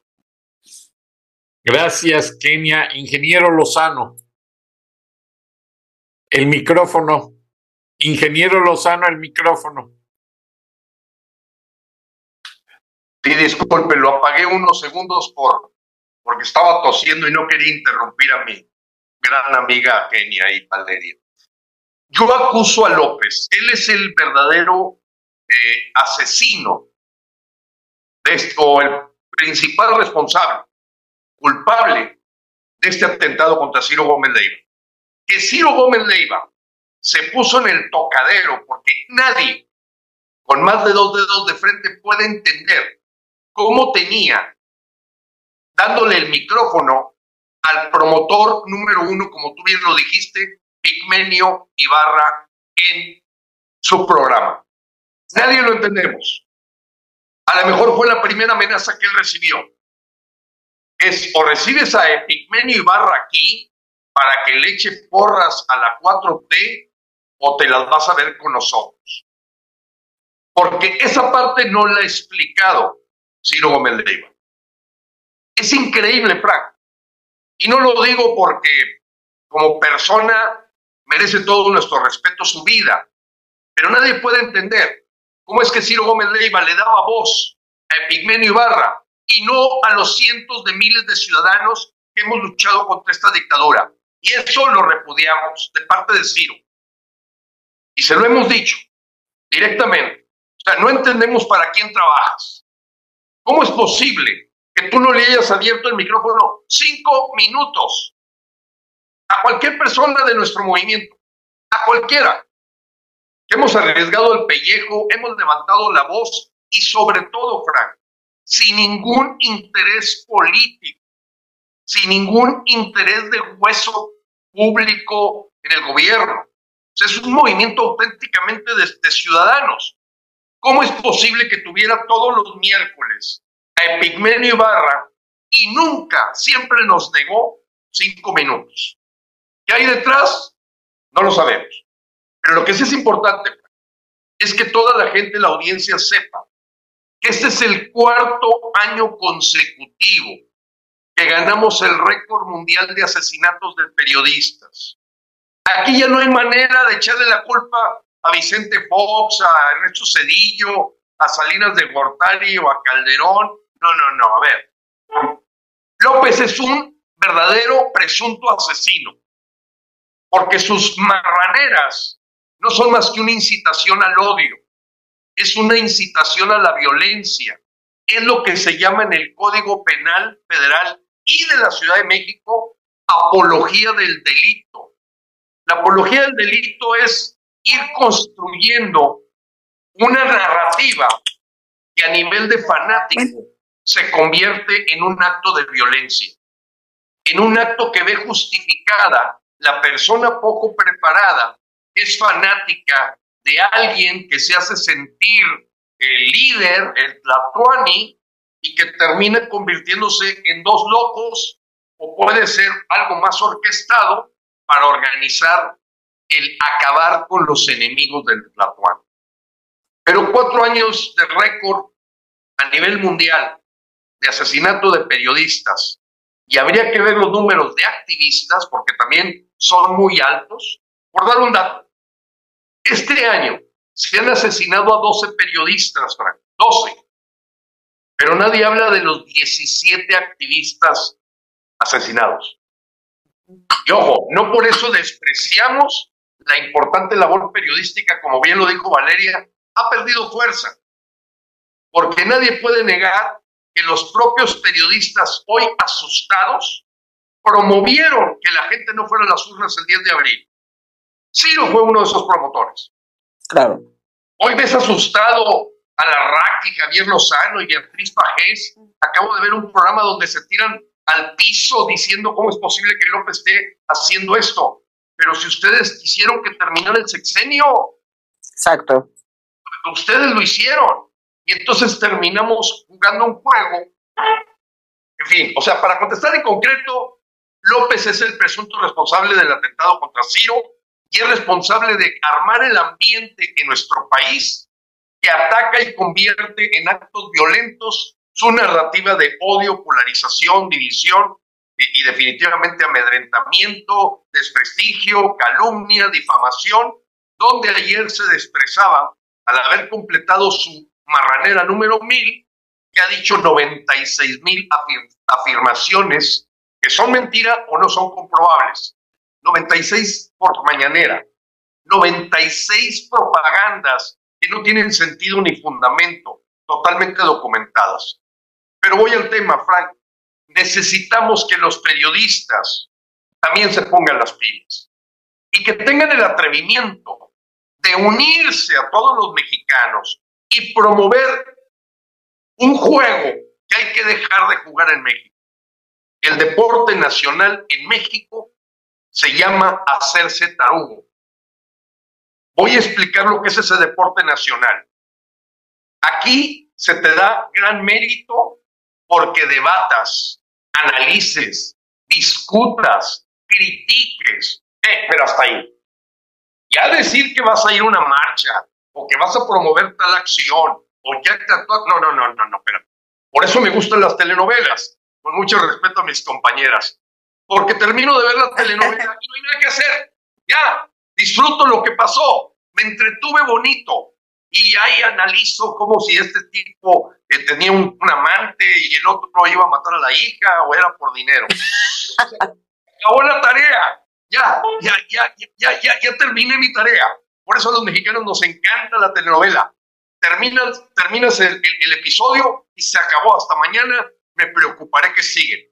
Gracias, Kenia. Ingeniero Lozano. El micrófono. Ingeniero Lozano, el micrófono. Sí, disculpe, lo apagué unos segundos por, porque estaba tosiendo y no quería interrumpir a mi gran amiga Kenia y Valeria. Yo acuso a López. Él es el verdadero eh, asesino de esto, o el principal responsable, culpable de este atentado contra Ciro Gómez Leiva. Que Ciro Gómez Leiva se puso en el tocadero porque nadie con más de dos dedos de frente puede entender cómo tenía, dándole el micrófono al promotor número uno, como tú bien lo dijiste, Pigmenio Ibarra, en su programa. Nadie lo entendemos. A lo mejor fue la primera amenaza que él recibió. Es o recibes a Epigmenio Ibarra aquí para que le eche porras a la cuatro T o te las vas a ver con nosotros. Porque esa parte no la ha explicado Ciro Gómez Leiva. Es increíble, Frank. Y no lo digo porque como persona merece todo nuestro respeto su vida, pero nadie puede entender cómo es que Ciro Gómez Leiva le daba voz a Epigmenio Ibarra y no a los cientos de miles de ciudadanos que hemos luchado contra esta dictadura. Y eso lo repudiamos de parte de Ciro. Y se lo hemos dicho directamente. O sea, no entendemos para quién trabajas. ¿Cómo es posible que tú no le hayas abierto el micrófono cinco minutos a cualquier persona de nuestro movimiento? A cualquiera. Que hemos arriesgado el pellejo, hemos levantado la voz y sobre todo, Frank, sin ningún interés político, sin ningún interés de hueso público en el gobierno. O sea, es un movimiento auténticamente de, de ciudadanos. ¿Cómo es posible que tuviera todos los miércoles a Epigmenio Ibarra y nunca, siempre nos negó cinco minutos? ¿Qué hay detrás? No lo sabemos. Pero lo que sí es importante es que toda la gente, la audiencia, sepa que este es el cuarto año consecutivo que ganamos el récord mundial de asesinatos de periodistas. Aquí ya no hay manera de echarle la culpa a Vicente Fox, a Ernesto Zedillo, a Salinas de Gortari o a Calderón. No, no, no, a ver. López es un verdadero presunto asesino, porque sus marraneras no son más que una incitación al odio, es una incitación a la violencia, es lo que se llama en el Código Penal Federal y de la Ciudad de México apología del delito. La apología del delito es ir construyendo una narrativa que a nivel de fanático se convierte en un acto de violencia, en un acto que ve justificada la persona poco preparada, que es fanática de alguien que se hace sentir el líder, el tlatoani, y que termina convirtiéndose en dos locos, o puede ser algo más orquestado para organizar el acabar con los enemigos del tlatoani. Pero cuatro años de récord a nivel mundial de asesinato de periodistas, y habría que ver los números de activistas, porque también son muy altos. Por dar un dato, este año se han asesinado a doce periodistas, Frank, doce. Pero nadie habla de los diecisiete activistas asesinados. Y ojo, no por eso despreciamos la importante labor periodística, como bien lo dijo Valeria, ha perdido fuerza. Porque nadie puede negar que los propios periodistas, hoy asustados, promovieron que la gente no fuera a las urnas el diez de abril. Ciro fue uno de esos promotores. Claro. Hoy ves asustado a Larraqui, Javier Lozano y Beatriz Pajés. Acabo de ver un programa donde se tiran al piso diciendo cómo es posible que López esté haciendo esto. Pero si ustedes quisieron que terminara el sexenio. Exacto. Ustedes lo hicieron. Y entonces terminamos jugando un juego. En fin, o sea, para contestar en concreto, López es el presunto responsable del atentado contra Ciro y es responsable de armar el ambiente en nuestro país que ataca y convierte en actos violentos su narrativa de odio, polarización, división y, y definitivamente amedrentamiento, desprestigio, calumnia, difamación, donde ayer se expresaba al haber completado su marranera número mil, que ha dicho noventa y seis mil afir- afirmaciones que son mentira o no son comprobables. noventa y seis por mañanera, noventa y seis propagandas que no tienen sentido ni fundamento, totalmente documentadas. Pero voy al tema, Frank. Necesitamos que los periodistas también se pongan las pilas y que tengan el atrevimiento de unirse a todos los mexicanos y promover un juego que hay que dejar de jugar en México. El deporte nacional en México se llama hacerse tarugo. Voy a explicar lo que es ese deporte nacional. Aquí se te da gran mérito porque debatas, analices, discutas, critiques, eh, pero hasta ahí. Ya decir que vas a ir a una marcha o que vas a promover tal acción o que actuar, no, no, no, no, no, pero por eso me gustan las telenovelas, con mucho respeto a mis compañeras, porque termino de ver la telenovela y no hay nada que hacer. Ya, disfruto lo que pasó, me entretuve bonito y ahí analizo como si este tipo eh, tenía un, un amante y el otro iba a matar a la hija o era por dinero. Acabó la tarea, ya, ya, ya, ya, ya, ya terminé mi tarea. Por eso a los mexicanos nos encanta la telenovela. Terminas, terminas el, el, el episodio y se acabó. Hasta mañana me preocuparé que siguen.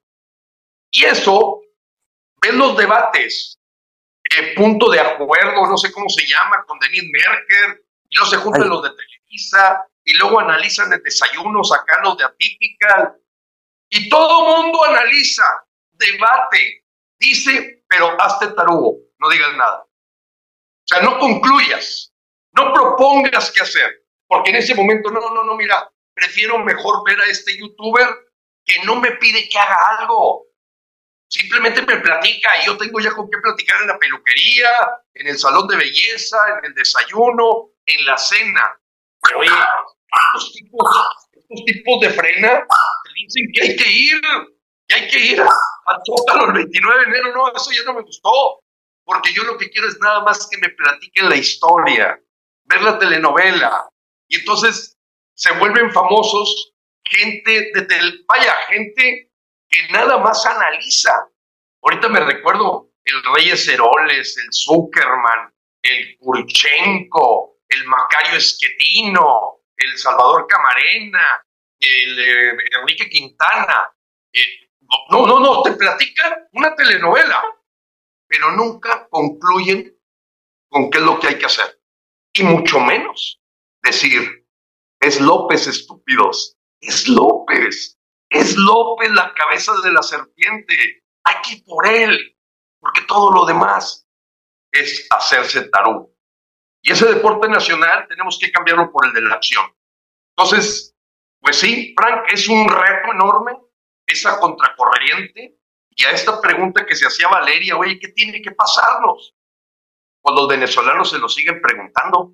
Y eso, ven los debates, eh, punto de acuerdo, no sé cómo se llama, con Denise Merker, y luego se juntan Ay. los de Televisa, y luego analizan el desayuno, sacan los de Atypical, y todo mundo analiza, debate, dice, pero hazte tarugo, no digas nada. O sea, no concluyas, no propongas qué hacer, porque en ese momento, no, no, no, mira, prefiero mejor ver a este youtuber que no me pide que haga algo. Simplemente me platica y yo tengo ya con qué platicar en la peluquería, en el salón de belleza, en el desayuno, en la cena. Pero oye, estos tipos, estos tipos de frena te dicen que hay que ir, que hay que ir al Zócalo el veintinueve de enero. No, eso ya no me gustó, porque yo lo que quiero es nada más que me platiquen la historia, ver la telenovela. Y entonces se vuelven famosos gente de tel... vaya, gente que nada más analiza. Ahorita me recuerdo el Reyes Heroles, el Zuckerman, el Kurchenko, el Macario Esquetino, el Salvador Camarena, el eh, Enrique Quintana. Eh, no, no, no, te platican una telenovela, pero nunca concluyen con qué es lo que hay que hacer. Y mucho menos decir, es López, estúpidos, es López. Es López la cabeza de la serpiente. Hay que ir por él, porque todo lo demás es hacerse tarugo. Y ese deporte nacional tenemos que cambiarlo por el de la acción. Entonces, pues sí, Frank, es un reto enorme, esa contracorriente, y a esta pregunta que se hacía Valeria, oye, ¿qué tiene que pasarnos? Pues los venezolanos se lo siguen preguntando.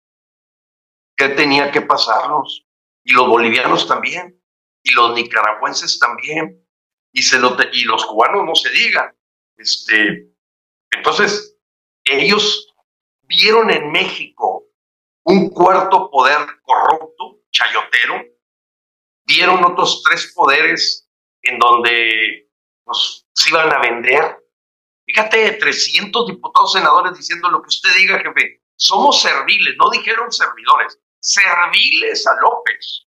¿Qué tenía que pasarnos? Y los bolivianos también. Y los nicaragüenses también, y, se lo te, y los cubanos no se digan. Este, entonces, ellos vieron en México un cuarto poder corrupto, chayotero, vieron otros tres poderes en donde pues, se iban a vender. Fíjate, trescientos diputados, senadores diciendo lo que usted diga, jefe. Somos serviles, no dijeron servidores, serviles a López.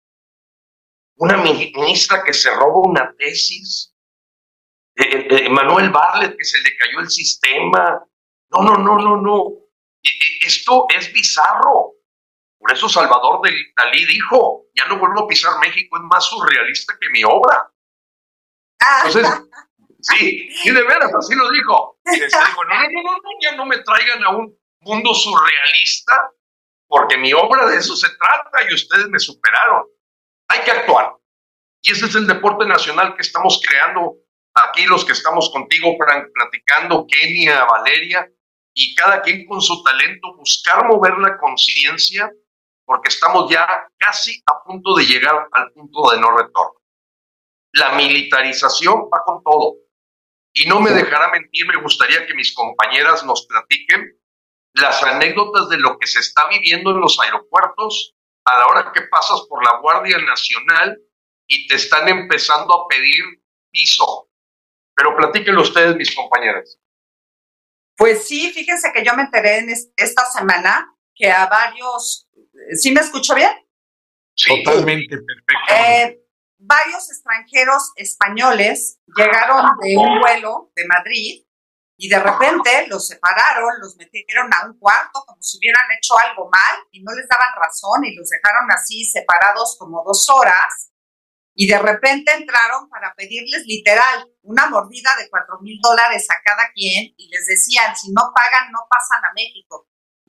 Una ministra que se roba una tesis, eh, eh, Manuel Bartlett que se le cayó el sistema. No, no, no, no, no. Eh, esto es bizarro. Por eso Salvador Dalí dijo, ya no vuelvo a pisar México, es más surrealista que mi obra. Entonces, sí, y de veras, así lo dijo. Este, dijo, no, no, no, no, ya no me traigan a un mundo surrealista, porque mi obra de eso se trata y ustedes me superaron. Hay que actuar. Y ese es el deporte nacional que estamos creando aquí, los que estamos contigo, Frank, platicando, Kenia, Valeria, y cada quien con su talento, buscar mover la conciencia, porque estamos ya casi a punto de llegar al punto de no retorno. La militarización va con todo. Y no me dejará mentir, me gustaría que mis compañeras nos platiquen las anécdotas de lo que se está viviendo en los aeropuertos a la hora que pasas por la Guardia Nacional y te están empezando a pedir piso. Pero platíquenlo ustedes, mis compañeras. Pues sí, fíjense que yo me enteré en esta semana que a varios... ¿Sí me escucho bien? Sí, totalmente, perfecto. Eh, varios extranjeros españoles llegaron de un vuelo de Madrid y de repente los separaron, los metieron a un cuarto como si hubieran hecho algo mal y no les daban razón y los dejaron así separados como dos horas y de repente entraron para pedirles literal una mordida de cuatro mil dólares a cada quien y les decían, si no pagan no pasan a México.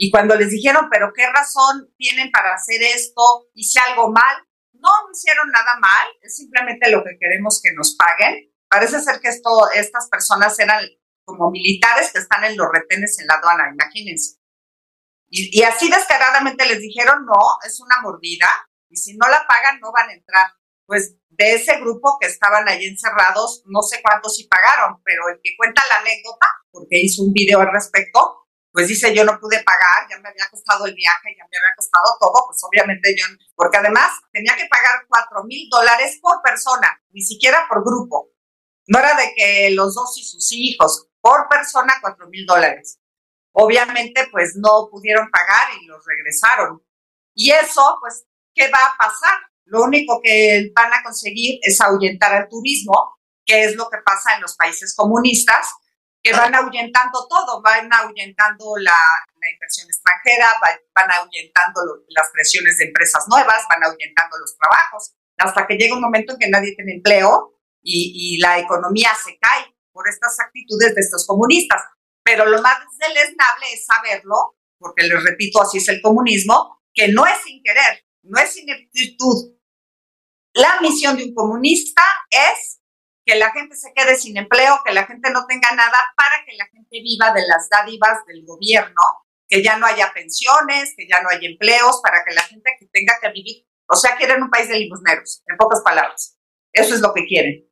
Y cuando les dijeron, pero ¿qué razón tienen para hacer esto? ¿Hice algo mal? No, no hicieron nada mal, es simplemente lo que queremos que nos paguen. Parece ser que esto, estas personas eran como militares que están en los retenes en la aduana, imagínense. Y, y así descaradamente les dijeron, no, es una mordida, y si no la pagan no van a entrar. Pues de ese grupo que estaban ahí encerrados, no sé cuántos sí pagaron, pero el que cuenta la anécdota, porque hizo un video al respecto, pues dice, yo no pude pagar, ya me había costado el viaje, ya me había costado todo, pues obviamente yo, porque además tenía que pagar cuatro mil dólares por persona, ni siquiera por grupo. No era de que los dos y sus hijos, por persona cuatro mil dólares. Obviamente, pues no pudieron pagar y los regresaron. Y eso, pues, ¿qué va a pasar? Lo único que van a conseguir es ahuyentar al turismo, que es lo que pasa en los países comunistas, que van ahuyentando todo, van ahuyentando la, la inversión extranjera, van, van ahuyentando lo, las presiones de empresas nuevas, van ahuyentando los trabajos, hasta que llega un momento en que nadie tiene empleo y, y la economía se cae por estas actitudes de estos comunistas. Pero lo más deleznable es saberlo, porque les repito, así es el comunismo, que no es sin querer, no es sin ineptitud. La misión de un comunista es que la gente se quede sin empleo, que la gente no tenga nada, para que la gente viva de las dádivas del gobierno, que ya no haya pensiones, que ya no haya empleos, para que la gente que tenga que vivir, o sea, quieren un país de limosneros, en pocas palabras. Eso es lo que quieren.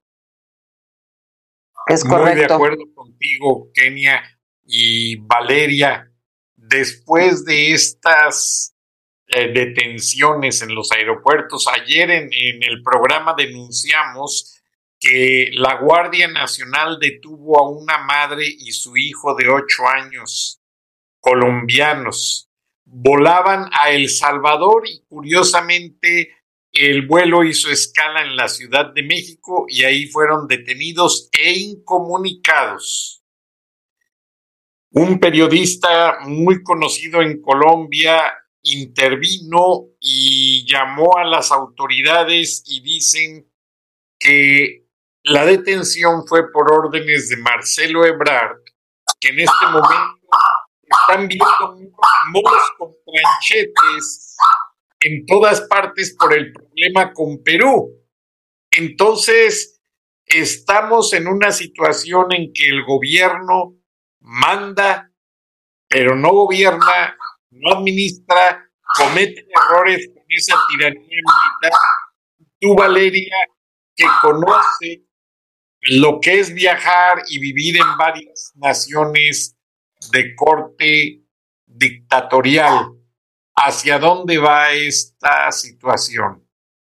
Es correcto. Muy de acuerdo contigo, Kenia y Valeria. Después de estas eh, detenciones en los aeropuertos, ayer en, en el programa denunciamos que la Guardia Nacional detuvo a una madre y su hijo de ocho años, colombianos. Volaban a El Salvador y curiosamente el vuelo hizo escala en la Ciudad de México y ahí fueron detenidos e incomunicados. Un periodista muy conocido en Colombia intervino y llamó a las autoridades y dicen que la detención fue por órdenes de Marcelo Ebrard, que en este momento están viendo modos con tranchetes en todas partes por el problema con Perú. Entonces, estamos en una situación en que el gobierno manda, pero no gobierna, no administra, comete errores con esa tiranía militar. Tú, Valeria, que conoce lo que es viajar y vivir en varias naciones de corte dictatorial, ¿hacia dónde va esta situación?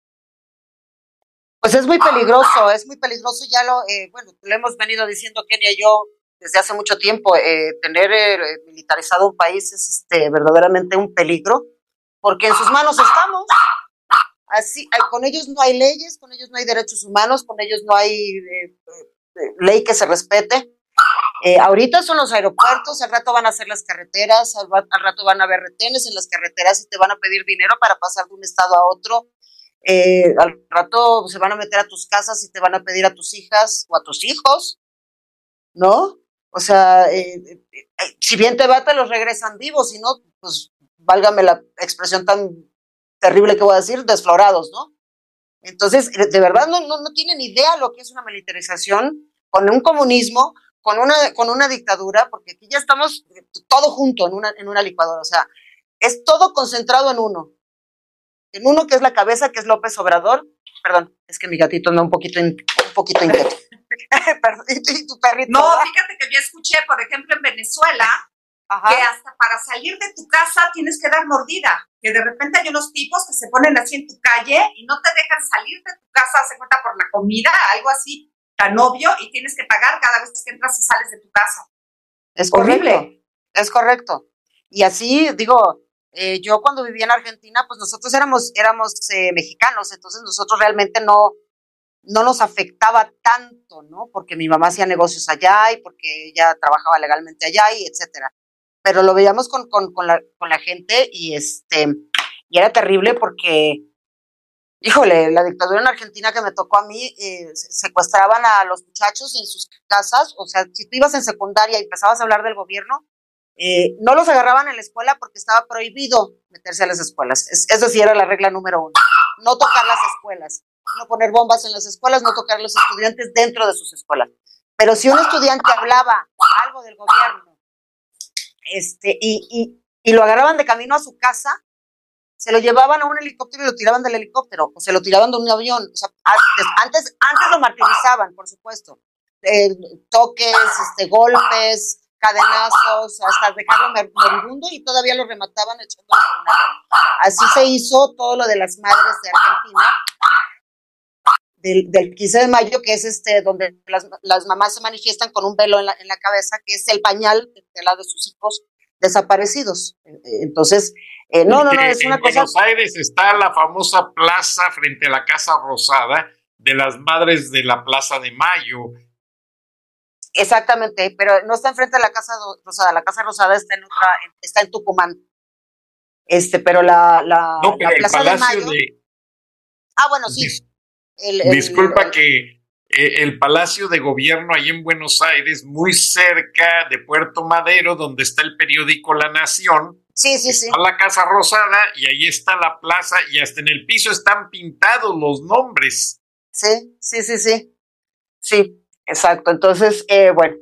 Pues es muy peligroso, es muy peligroso, ya lo, eh, bueno, lo hemos venido diciendo Kenia y yo desde hace mucho tiempo, eh, tener eh, militarizado un país es este, verdaderamente un peligro, porque en sus manos estamos. Así, con ellos no hay leyes, con ellos no hay derechos humanos, con ellos no hay eh, eh, ley que se respete. Eh, ahorita son los aeropuertos, al rato van a ser las carreteras, al, al rato van a haber retenes en las carreteras y te van a pedir dinero para pasar de un estado a otro. Eh, al rato se van a meter a tus casas y te van a pedir a tus hijas o a tus hijos, ¿no? O sea, eh, eh, si bien te va, te los regresan vivos, si no, pues válgame la expresión tan terrible que voy a decir, desflorados, ¿no? Entonces, de verdad no, no, no tienen idea lo que es una militarización con un comunismo, con una, con una dictadura, porque aquí ya estamos todo junto en una, en una licuadora, o sea, es todo concentrado en uno, en uno que es la cabeza, que es López Obrador. Perdón, es que mi gatito anda un poquito, in, un poquito inquieto. Perdón, ¿y tu perrito? No, fíjate que yo escuché, por ejemplo, en Venezuela, Ajá. que hasta para salir de tu casa tienes que dar mordida, que de repente hay unos tipos que se ponen así en tu calle y no te dejan salir de tu casa, se cuenta por la comida, algo así tan obvio, y tienes que pagar cada vez que entras y sales de tu casa. Es horrible. Correcto, es correcto. Y así, digo, eh, yo cuando vivía en Argentina, pues nosotros éramos, éramos eh, mexicanos, entonces nosotros realmente no, no nos afectaba tanto, ¿no? Porque mi mamá hacía negocios allá y porque ella trabajaba legalmente allá y etcétera. Pero lo veíamos con, con, con, la, con la gente y este y era terrible porque, híjole, la dictadura en Argentina que me tocó a mí, eh, secuestraban a los muchachos en sus casas, o sea, si tú ibas en secundaria y empezabas a hablar del gobierno, Eh, no los agarraban en la escuela porque estaba prohibido meterse a las escuelas. Es, eso sí era la regla número uno. No tocar las escuelas, no poner bombas en las escuelas, no tocar a los estudiantes dentro de sus escuelas. Pero si un estudiante hablaba algo del gobierno este, y, y, y lo agarraban de camino a su casa, se lo llevaban a un helicóptero y lo tiraban del helicóptero, o se lo tiraban de un avión. O sea, antes, antes lo martirizaban, por supuesto. Eh, toques, este, golpes, cadenazos, hasta dejarlo moribundo y todavía lo remataban echándolo por un avión. Así se hizo todo lo de las madres de Argentina, del, del quince de mayo, que es este donde las, las mamás se manifiestan con un velo en la, en la cabeza, que es el pañal de la de sus hijos desaparecidos. Entonces, eh, no, no, no, es una en cosa... Buenos Aires está la famosa plaza frente a la Casa Rosada de las Madres de la Plaza de Mayo. Exactamente, pero no está enfrente de la Casa Rosada, la Casa Rosada está en otra, está en Tucumán. Este, pero la, la, no, pero la el Plaza Palacio de Mayo... de... Ah, bueno, sí. Dis... El, el, Disculpa el, que eh, el Palacio de Gobierno ahí en Buenos Aires, muy cerca de Puerto Madero, donde está el periódico La Nación, sí, sí, está sí. la Casa Rosada y ahí está la plaza y hasta en el piso están pintados los nombres. Sí, sí, sí, sí. Sí, exacto. Entonces, eh, bueno,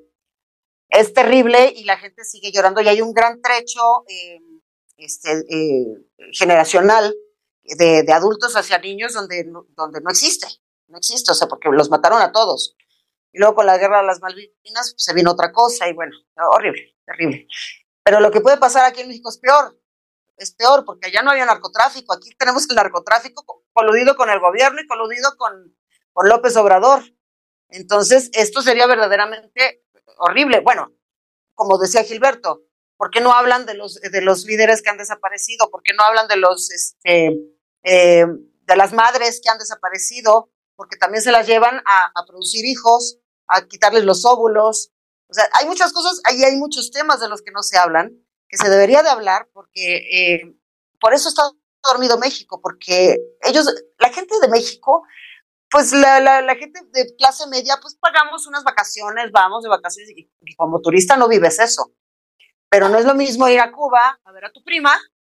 es terrible y la gente sigue llorando y hay un gran trecho eh, este, eh, generacional de, de adultos hacia niños donde, donde no existe, no existe, o sea, porque los mataron a todos. Y luego con la guerra de las Malvinas pues, se vino otra cosa y bueno, horrible, terrible. Pero lo que puede pasar aquí en México es peor, es peor, porque allá no había narcotráfico, aquí tenemos el narcotráfico coludido con el gobierno y coludido con, con López Obrador. Entonces, esto sería verdaderamente horrible. Bueno, como decía Gilberto, ¿por qué no hablan de los, de los líderes que han desaparecido? ¿Por qué no hablan de los, este, eh, de las madres que han desaparecido? Porque también se las llevan a, a producir hijos, a quitarles los óvulos. O sea, hay muchas cosas, ahí hay muchos temas de los que no se hablan, que se debería de hablar, porque eh, por eso está dormido México, porque ellos, la gente de México, pues la, la, la gente de clase media, pues pagamos unas vacaciones, vamos de vacaciones, y, y como turista no vives eso. Pero no es lo mismo ir a Cuba a ver a tu prima,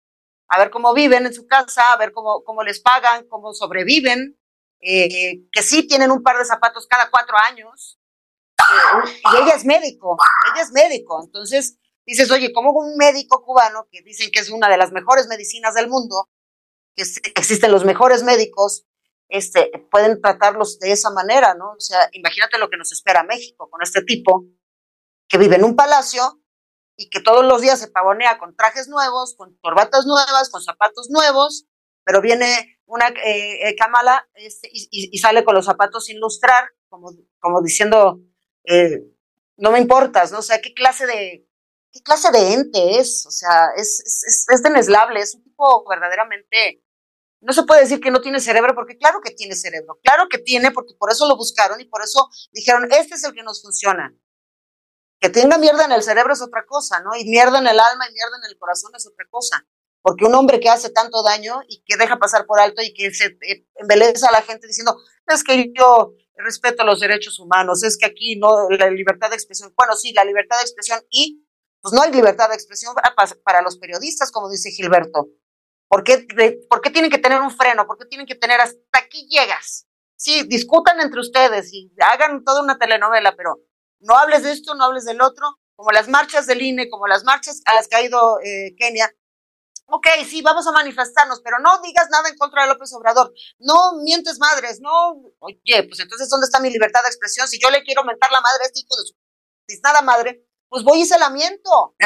a ver cómo viven en su casa, a ver cómo, cómo les pagan, cómo sobreviven, eh, que sí tienen un par de zapatos cada cuatro años, eh, y ella es médico, ella es médico, entonces dices, oye, ¿cómo un médico cubano, que dicen que es una de las mejores medicinas del mundo, que existen los mejores médicos, este, pueden tratarlos de esa manera, ¿no? O sea, imagínate lo que nos espera México con este tipo, que vive en un palacio, y que todos los días se pavonea con trajes nuevos, con corbatas nuevas, con zapatos nuevos, pero viene una eh, eh, Kamala este, y, y, y sale con los zapatos sin lustrar, como, como diciendo, eh, no me importas, ¿no? O sea, ¿qué clase de, qué clase de ente es? O sea, es, es, es demeslable, es un tipo verdaderamente, no se puede decir que no tiene cerebro, porque claro que tiene cerebro, claro que tiene, porque por eso lo buscaron y por eso dijeron, este es el que nos funciona. Que tenga mierda en el cerebro es otra cosa, ¿no? Y mierda en el alma y mierda en el corazón es otra cosa. Porque un hombre que hace tanto daño y que deja pasar por alto y que se eh, embeleza a la gente diciendo, es que yo respeto los derechos humanos, es que aquí no, la libertad de expresión. Bueno, sí, la libertad de expresión y pues no hay libertad de expresión para, para los periodistas, como dice Gilberto. ¿Por qué, ¿Por qué tienen que tener un freno? ¿Por qué tienen que tener hasta aquí llegas? Sí, discutan entre ustedes y hagan toda una telenovela, pero no hables de esto, no hables del otro, como las marchas del I N E, como las marchas a las que ha ido eh, Kenia. Ok, sí, vamos a manifestarnos, pero no digas nada en contra de López Obrador. No mientes madres, no. Oye, pues entonces, ¿dónde está mi libertad de expresión? Si yo le quiero mentar la madre a este hijo de su nada madre, pues voy y se la miento.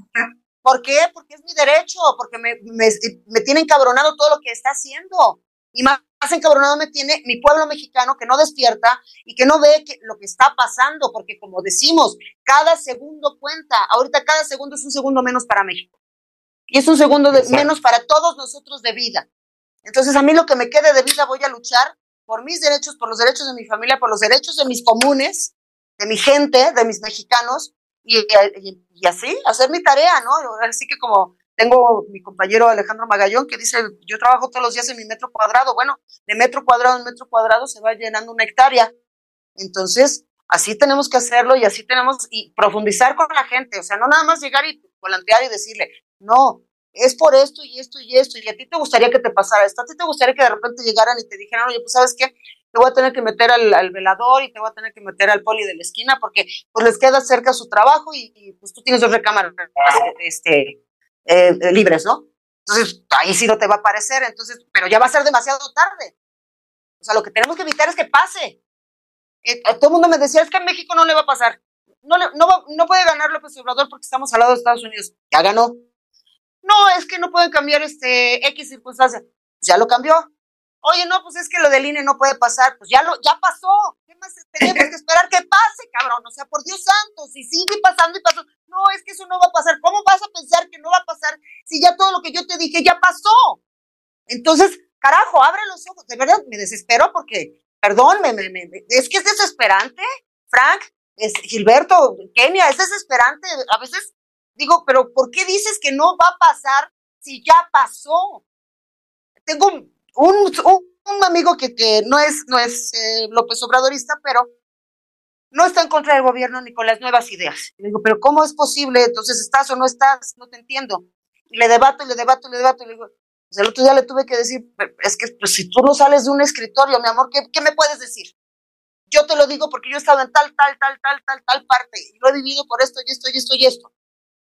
¿Por qué? Porque es mi derecho, porque me, me, me tiene encabronado todo lo que está haciendo. Y más encabronado me tiene mi pueblo mexicano que no despierta y que no ve que, lo que está pasando, porque como decimos, cada segundo cuenta. Ahorita cada segundo es un segundo menos para México. Y es un segundo de, menos para todos nosotros de vida. Entonces, a mí lo que me quede de vida voy a luchar por mis derechos, por los derechos de mi familia, por los derechos de mis comunes, de mi gente, de mis mexicanos, y, y, y así, hacer mi tarea, ¿no? Así que como tengo mi compañero Alejandro Magallón que dice, yo trabajo todos los días en mi metro cuadrado. Bueno, de metro cuadrado en metro cuadrado se va llenando una hectárea. Entonces, así tenemos que hacerlo y así tenemos, y profundizar con la gente. O sea, no nada más llegar y volantear y decirle, no, es por esto y esto y esto, y a ti te gustaría que te pasara esto, a ti te gustaría que de repente llegaran y te dijeran, oye, pues ¿sabes qué? Te voy a tener que meter al, al velador y te voy a tener que meter al poli de la esquina porque pues les queda cerca su trabajo y, y pues tú tienes dos recámaras este, eh, libres, ¿no? Entonces, ahí sí no te va a parecer, entonces, pero ya va a ser demasiado tarde. O sea, lo que tenemos que evitar es que pase. Eh, todo el mundo me decía, es que en México no le va a pasar. No, le, no, va, no puede ganar López Obrador porque estamos al lado de Estados Unidos. Ya ganó. No, es que no pueden cambiar este X circunstancia. Pues ya lo cambió. Oye, no, pues es que lo del I N E no puede pasar. Pues ya lo, ya pasó. ¿Qué más tenemos que esperar que pase, cabrón? O sea, por Dios santo, si sigue pasando y pasando. No, es que eso no va a pasar. ¿Cómo vas a pensar que no va a pasar si ya todo lo que yo te dije ya pasó? Entonces, carajo, abre los ojos. De verdad, me desespero porque, perdón, me, me, me, es que es desesperante, Frank, es, Gilberto, Kenia, es desesperante. A veces digo, pero ¿por qué dices que no va a pasar si ya pasó? Tengo un, un, un amigo que, que no es, no es eh, López Obradorista, pero no está en contra del gobierno ni con las nuevas ideas. Y le digo, pero ¿cómo es posible? Entonces, ¿estás o no estás? No te entiendo. Y le debato, y le debato, y le debato, y le digo, pues el otro día le tuve que decir, es que pues, si tú no sales de un escritorio, mi amor, ¿qué, ¿qué me puedes decir? Yo te lo digo porque yo he estado en tal, tal, tal, tal, tal, tal parte, y lo he vivido por esto, y esto, y esto, y esto.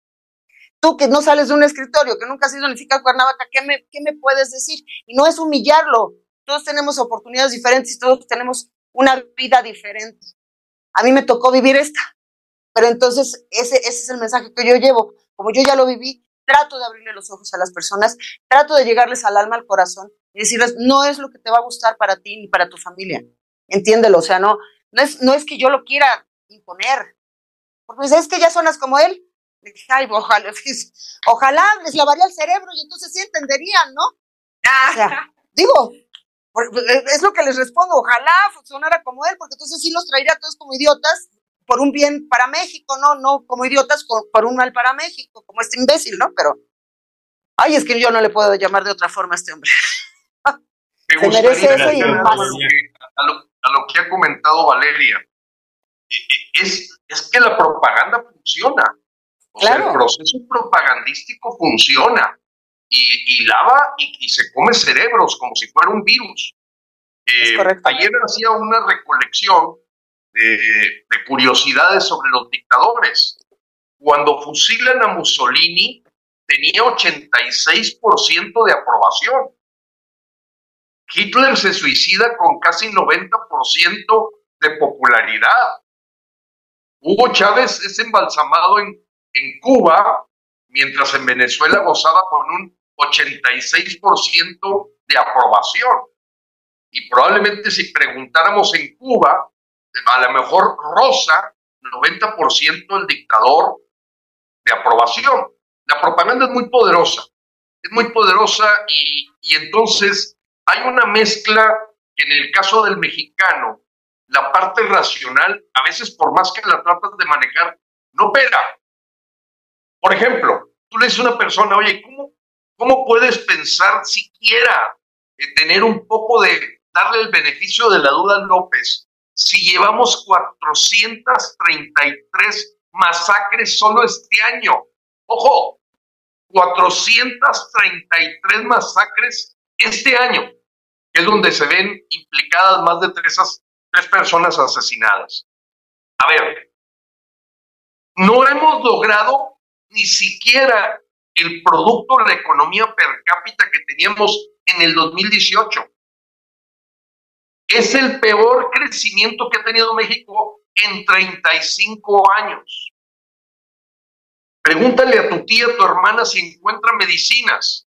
Tú que no sales de un escritorio, que nunca has ido ni siquiera a Cuernavaca, ¿qué me, ¿qué me puedes decir? Y no es humillarlo, todos tenemos oportunidades diferentes y todos tenemos una vida diferente. A mí me tocó vivir esta, pero entonces ese, ese es el mensaje que yo llevo. Como yo ya lo viví, trato de abrirle los ojos a las personas, trato de llegarles al alma, al corazón y decirles, no es lo que te va a gustar para ti ni para tu familia. Entiéndelo, o sea, no, no, es, no es que yo lo quiera imponer, porque pues, es que ya sonas como él. Le dije, ay, ojalá, ojalá les lavaría el cerebro y entonces sí entenderían, ¿no? O sea, digo, es lo que les respondo, ojalá sonara como él, porque entonces sí los traería a todos como idiotas por un bien para México, no, no como idiotas por un mal para México, como este imbécil, ¿no? Pero, ay, es que yo no le puedo llamar de otra forma a este hombre. Me Se merece eso y a, más. Lo que, a, lo, a lo que ha comentado Valeria, es, es que la propaganda funciona. O claro. sea, el proceso propagandístico funciona y, y lava y, y se come cerebros como si fuera un virus. Eh, ayer hacía una recolección de, de curiosidades sobre los dictadores. Cuando fusilan a Mussolini, tenía ochenta y seis por ciento de aprobación. Hitler se suicida con casi noventa por ciento de popularidad. Hugo Chávez es embalsamado en en Cuba, mientras en Venezuela gozaba con un ochenta y seis por ciento de aprobación. Y probablemente si preguntáramos en Cuba, a lo mejor roza noventa por ciento el dictador de aprobación. La propaganda es muy poderosa, es muy poderosa y, y entonces hay una mezcla que en el caso del mexicano, la parte racional, a veces por más que la tratas de manejar, no opera. Por ejemplo, tú le dices a una persona, oye, ¿cómo, cómo puedes pensar siquiera eh, tener un poco de, darle el beneficio de la duda a López, si llevamos cuatrocientas treinta y tres masacres solo este año? Ojo, cuatrocientas treinta y tres masacres este año, que es donde se ven implicadas más de tres, tres personas asesinadas. A ver, no hemos logrado ni siquiera el producto de la economía per cápita que teníamos en el dos mil dieciocho. Es el peor crecimiento que ha tenido México en treinta y cinco años. Pregúntale a tu tía, a tu hermana si encuentra medicinas.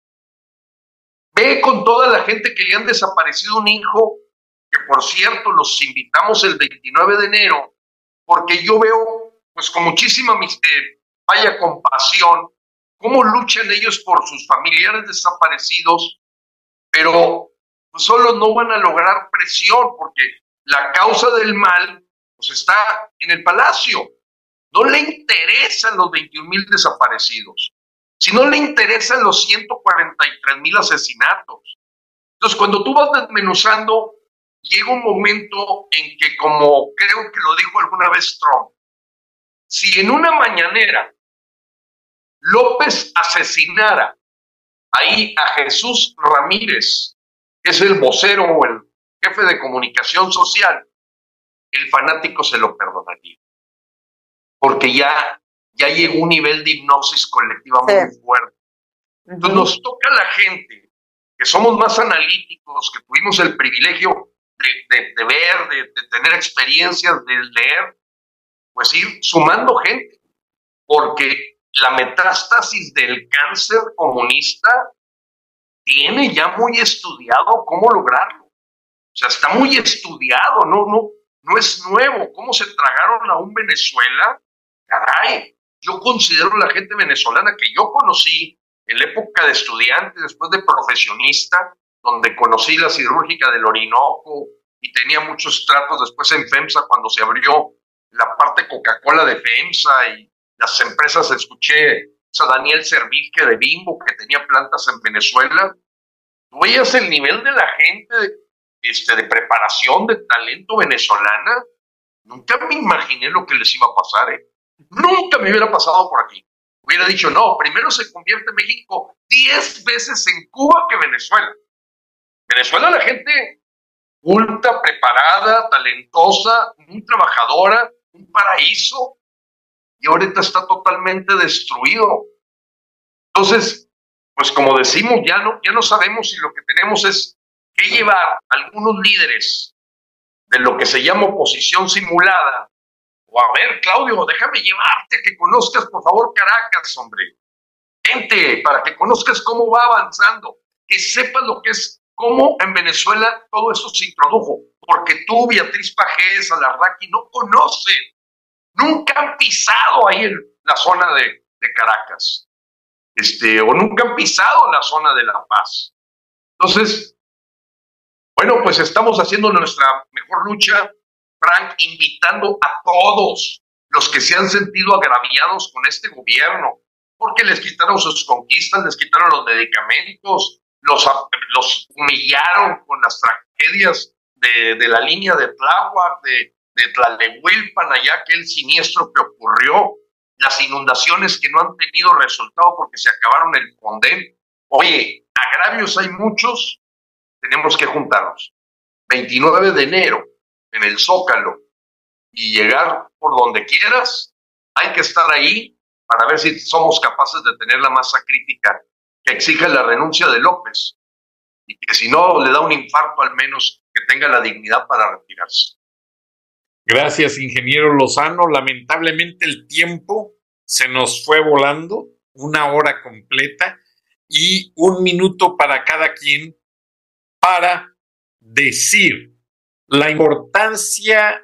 Ve con toda la gente que le han desaparecido un hijo, que por cierto los invitamos el veintinueve de enero, porque yo veo pues con muchísima misterio, vaya compasión, cómo luchan ellos por sus familiares desaparecidos, pero pues solo no van a lograr presión porque la causa del mal pues está en el palacio. No le interesan los veintiún mil desaparecidos, si no le interesan los ciento cuarenta y tres mil asesinatos. Entonces, cuando tú vas desmenuzando, llega un momento en que, como creo que lo dijo alguna vez Trump, si en una mañanera López asesinara ahí a Jesús Ramírez, que es el vocero o el jefe de comunicación social, el fanático se lo perdonaría. Porque ya, ya llegó un nivel de hipnosis colectiva muy sí. fuerte. Entonces uh-huh. nos toca a la gente que somos más analíticos, que tuvimos el privilegio de, de, de ver, de, de tener experiencias, de leer, pues ir sumando gente, porque la metástasis del cáncer comunista tiene ya muy estudiado cómo lograrlo. O sea, está muy estudiado, no, no, no es nuevo. ¿Cómo se tragaron a un Venezuela? Caray, yo considero la gente venezolana que yo conocí en la época de estudiante, después de profesionista, donde conocí la siderúrgica del Orinoco y tenía muchos tratos después en FEMSA cuando se abrió la parte Coca-Cola de FEMSA y las empresas, escuché a Daniel Servirque de Bimbo que tenía plantas en Venezuela. Tú veías el nivel de la gente este, de preparación, de talento venezolana. Nunca me imaginé lo que les iba a pasar, ¿eh? Nunca me hubiera pasado por aquí. Hubiera dicho, no, primero se convierte México diez veces en Cuba que Venezuela. Venezuela, la gente culta, preparada, talentosa, muy trabajadora, un paraíso, y ahorita está totalmente destruido. Entonces, pues como decimos, ya no, ya no sabemos si lo que tenemos es que llevar a algunos líderes de lo que se llama oposición simulada. O a ver, Claudio, déjame llevarte a que conozcas, por favor, Caracas, hombre. Vente, para que conozcas cómo va avanzando, que sepas lo que es, cómo en Venezuela todo esto se introdujo. Porque tú, Beatriz Pajés, Alarraqui, no conocen, nunca han pisado ahí en la zona de, de Caracas, este, o nunca han pisado la zona de La Paz. Entonces, bueno, pues estamos haciendo nuestra mejor lucha, Frank, invitando a todos los que se han sentido agraviados con este gobierno, porque les quitaron sus conquistas, les quitaron los medicamentos, los, los humillaron con las tragedias de, de la línea de Tláhuac, de, de Tlalnehuilpan, allá aquel siniestro que ocurrió, las inundaciones que no han tenido resultado porque se acabaron el Fonden. Oye, agravios hay muchos, tenemos que juntarnos. veintinueve de enero, en el Zócalo, y llegar por donde quieras, hay que estar ahí para ver si somos capaces de tener la masa crítica que exige la renuncia de López, y que si no le da un infarto, al menos que tenga la dignidad para retirarse. Gracias, ingeniero Lozano. Lamentablemente el tiempo se nos fue volando, una hora completa y un minuto para cada quien para decir la importancia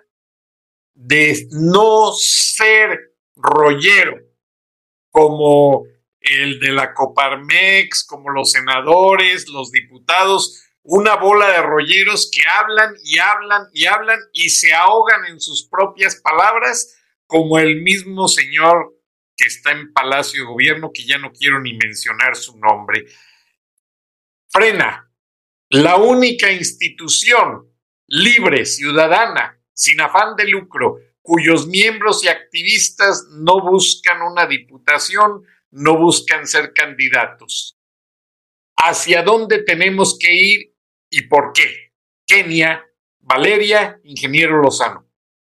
de no ser rollero, como el de la Coparmex, como los senadores, los diputados, una bola de rolleros que hablan y hablan y hablan y se ahogan en sus propias palabras, como el mismo señor que está en Palacio de Gobierno, que ya no quiero ni mencionar su nombre. Frena, la única institución libre, ciudadana, sin afán de lucro, cuyos miembros y activistas no buscan una diputación, no buscan ser candidatos. ¿Hacia dónde tenemos que ir y por qué? Kenia, Valeria, ingeniero Lozano.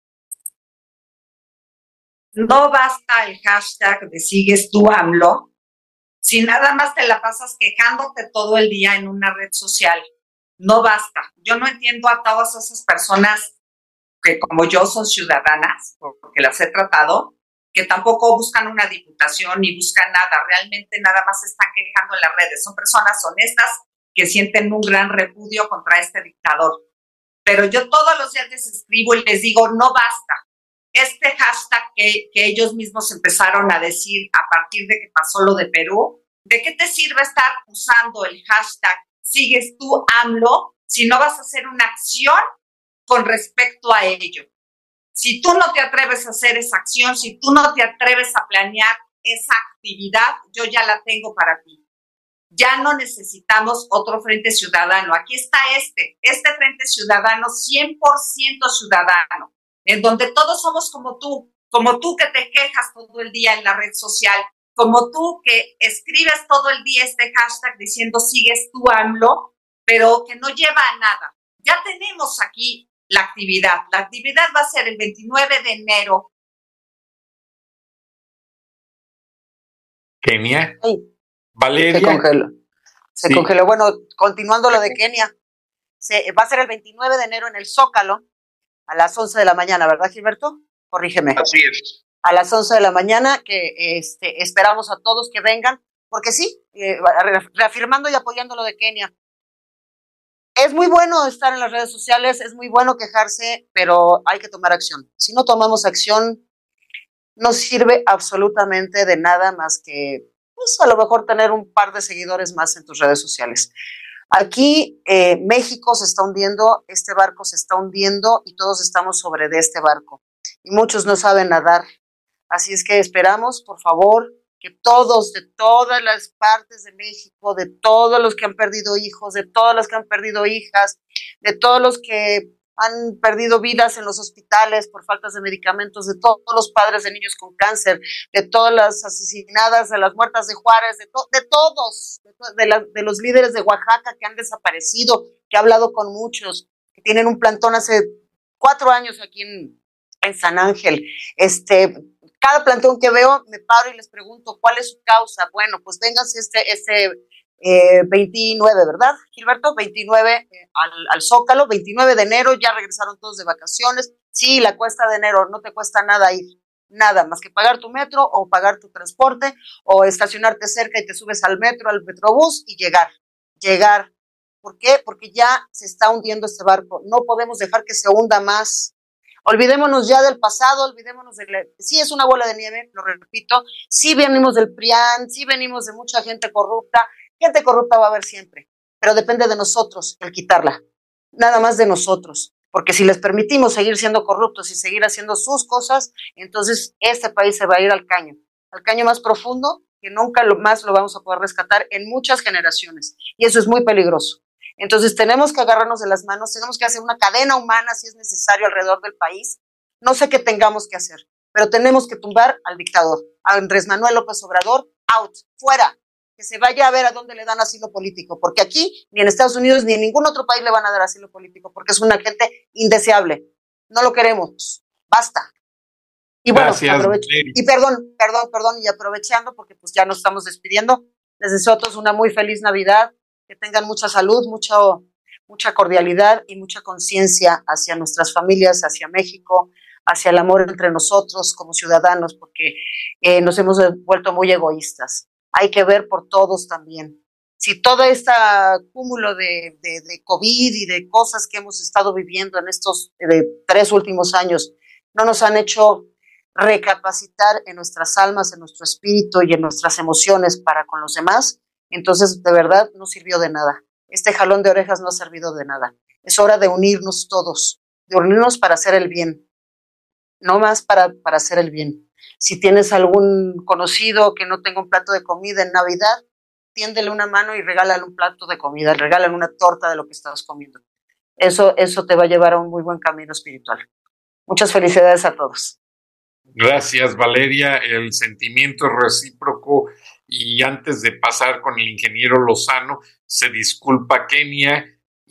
No basta el hashtag de sigues tú AMLO, si nada más te la pasas quejándote todo el día en una red social. No basta. Yo no entiendo a todas esas personas que como yo son ciudadanas, porque las he tratado, que tampoco buscan una diputación ni buscan nada, realmente nada más se están quejando en las redes. Son personas honestas que sienten un gran repudio contra este dictador. Pero yo todos los días les escribo y les digo, no basta. Este hashtag que, que ellos mismos empezaron a decir a partir de que pasó lo de Perú, ¿de qué te sirve estar usando el hashtag sigues tú AMLO si no vas a hacer una acción con respecto a ello? Si tú no te atreves a hacer esa acción, si tú no te atreves a planear esa actividad, yo ya la tengo para ti. Ya no necesitamos otro Frente Ciudadano. Aquí está este, este Frente Ciudadano, cien por ciento ciudadano, en donde todos somos como tú, como tú que te quejas todo el día en la red social, como tú que escribes todo el día este hashtag diciendo sigues tú AMLO, pero que no lleva a nada. Ya tenemos aquí la actividad. La actividad va a ser el veintinueve de enero. Kenia. Ay, Valeria. se congeló. Se Sí. congeló. Bueno, continuando lo de Kenia, se, va a ser el veintinueve de enero en el Zócalo a las once de la mañana, ¿verdad, Gilberto? Corrígeme. Así es. A las once de la mañana, que este, esperamos a todos que vengan, porque sí, eh, reafirmando y apoyando lo de Kenia. Es muy bueno estar en las redes sociales, es muy bueno quejarse, pero hay que tomar acción. Si no tomamos acción, no sirve absolutamente de nada más que, pues, a lo mejor tener un par de seguidores más en tus redes sociales. Aquí eh, México se está hundiendo, este barco se está hundiendo y todos estamos sobre de este barco. Y muchos no saben nadar. Así es que esperamos, por favor, que todos, de todas las partes de México, de todos los que han perdido hijos, de todos los que han perdido hijas, de todos los que han perdido vidas en los hospitales por faltas de medicamentos, de todos los padres de niños con cáncer, de todas las asesinadas, de las muertas de Juárez, de, to de todos, de, to de, la de los líderes de Oaxaca que han desaparecido, que he hablado con muchos, que tienen un plantón hace cuatro años aquí en, en San Ángel. Este, cada plantón que veo me paro y les pregunto, ¿cuál es su causa? Bueno, pues vénganse este, este eh, veintinueve, ¿verdad, Gilberto? veintinueve eh, al, al Zócalo, veintinueve de enero, ya regresaron todos de vacaciones. Sí, la cuesta de enero, no te cuesta nada ir, nada, más que pagar tu metro o pagar tu transporte o estacionarte cerca y te subes al metro, al metrobús y llegar, llegar. ¿Por qué? Porque ya se está hundiendo este barco, no podemos dejar que se hunda más. Olvidémonos ya del pasado, olvidémonos de... La... Sí es una bola de nieve, lo repito, sí venimos del P R I A N, sí venimos de mucha gente corrupta, gente corrupta va a haber siempre, pero depende de nosotros el quitarla, nada más de nosotros, porque si les permitimos seguir siendo corruptos y seguir haciendo sus cosas, entonces este país se va a ir al caño, al caño más profundo, que nunca lo más lo vamos a poder rescatar en muchas generaciones, y eso es muy peligroso. Entonces tenemos que agarrarnos de las manos, tenemos que hacer una cadena humana si es necesario alrededor del país. No sé qué tengamos que hacer, pero tenemos que tumbar al dictador, a Andrés Manuel López Obrador, out, fuera, que se vaya a ver a dónde le dan asilo político, porque aquí, ni en Estados Unidos, ni en ningún otro país le van a dar asilo político, porque es una gente indeseable. No lo queremos, basta. Y bueno, Gracias, aprovecho, y perdón, perdón, perdón, y aprovechando, porque pues ya nos estamos despidiendo, les deseo a todos una muy feliz Navidad, que tengan mucha salud, mucho, mucha cordialidad y mucha conciencia hacia nuestras familias, hacia México, hacia el amor entre nosotros como ciudadanos, porque eh, nos hemos vuelto muy egoístas. Hay que ver por todos también. Si todo este cúmulo de, de, de COVID y de cosas que hemos estado viviendo en estos eh, tres últimos años no nos han hecho recapacitar en nuestras almas, en nuestro espíritu y en nuestras emociones para con los demás, entonces de verdad no sirvió de nada. Este jalón de orejas no ha servido de nada. Es hora de unirnos todos, de unirnos para hacer el bien, no más para, para hacer el bien. Si tienes algún conocido que no tenga un plato de comida en Navidad, tiéndele una mano y regálale un plato de comida, regálale una torta de lo que estás comiendo. Eso, eso te va a llevar a un muy buen camino espiritual. Muchas felicidades a todos. Gracias, Valeria. El sentimiento es recíproco. Y antes de pasar con el ingeniero Lozano, se disculpa Kenia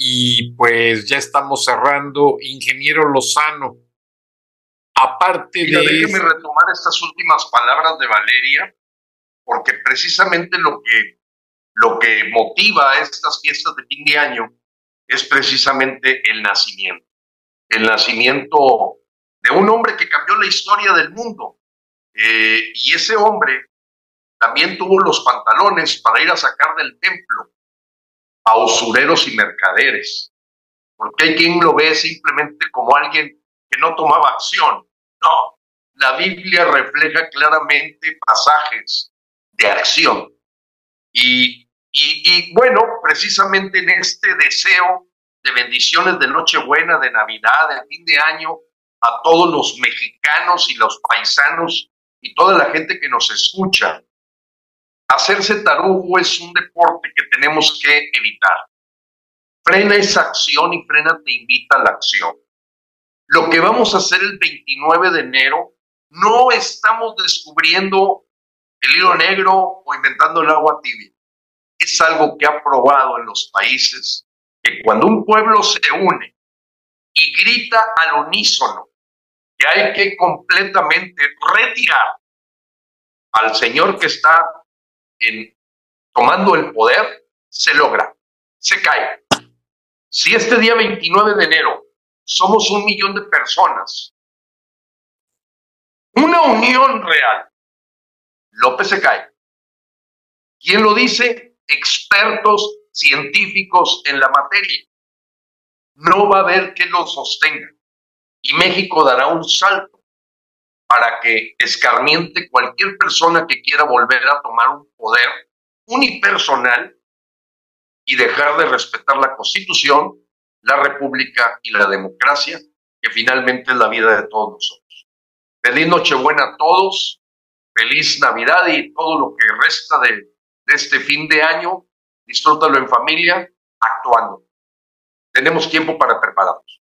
y pues ya estamos cerrando. Ingeniero Lozano, aparte Mira, de... déjeme eso, retomar estas últimas palabras de Valeria, porque precisamente lo que, lo que motiva a estas fiestas de fin de año es precisamente el nacimiento. El nacimiento de un hombre que cambió la historia del mundo. Eh, y ese hombre también tuvo los pantalones para ir a sacar del templo a usureros y mercaderes, porque hay quien lo ve simplemente como alguien que no tomaba acción. No, la Biblia refleja claramente pasajes de acción. Y, y, y bueno, precisamente en este deseo de bendiciones de Nochebuena, de Navidad, de fin de año, a todos los mexicanos y los paisanos y toda la gente que nos escucha, hacerse tarugo es un deporte que tenemos que evitar. Frena esa acción y frena te invita a la acción. Lo que vamos a hacer el veintinueve de enero, no estamos descubriendo el hilo negro o inventando el agua tibia. Es algo que ha probado en los países que cuando un pueblo se une y grita al unísono que hay que completamente retirar al señor que está en, tomando el poder, se logra, se cae. Si este día veintinueve de enero somos un millón de personas, una unión real, López se cae. ¿Quién lo dice? Expertos científicos en la materia. No va a haber que lo sostenga. Y México dará un salto para que escarmiente cualquier persona que quiera volver a tomar un poder unipersonal y dejar de respetar la Constitución, la República y la democracia, que finalmente es la vida de todos nosotros. Feliz Nochebuena a todos, feliz Navidad y todo lo que resta de, de este fin de año. Disfrútalo en familia, actuando. Tenemos tiempo para prepararnos.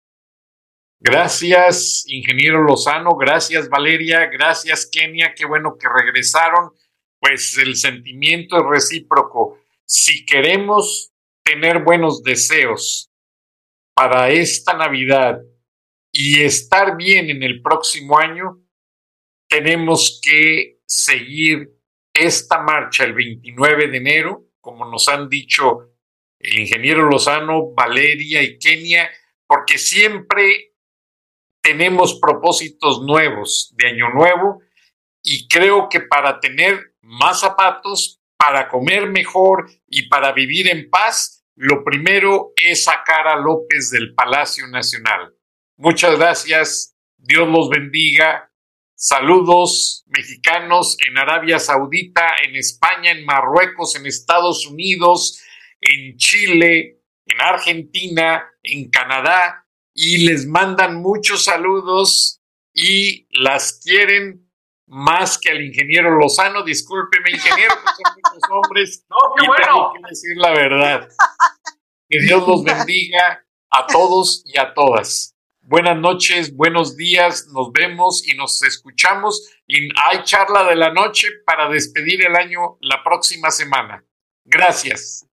Gracias, ingeniero Lozano, gracias, Valeria, gracias, Kenia, qué bueno que regresaron. Pues el sentimiento es recíproco. Si queremos tener buenos deseos para esta Navidad y estar bien en el próximo año, tenemos que seguir esta marcha el veintinueve de enero, como nos han dicho el ingeniero Lozano, Valeria y Kenia, porque siempre tenemos propósitos nuevos de Año Nuevo y creo que para tener más zapatos, para comer mejor y para vivir en paz, lo primero es sacar a López del Palacio Nacional. Muchas gracias, Dios los bendiga. Saludos mexicanos en Arabia Saudita, en España, en Marruecos, en Estados Unidos, en Chile, en Argentina, en Canadá, y les mandan muchos saludos y las quieren más que al ingeniero Lozano. Discúlpeme, ingeniero, que son muchos hombres. No, qué y bueno. tengo que decir la verdad. Que Dios los bendiga a todos y a todas. Buenas noches, buenos días, nos vemos y nos escuchamos. Y hay charla de la noche para despedir el año la próxima semana. Gracias.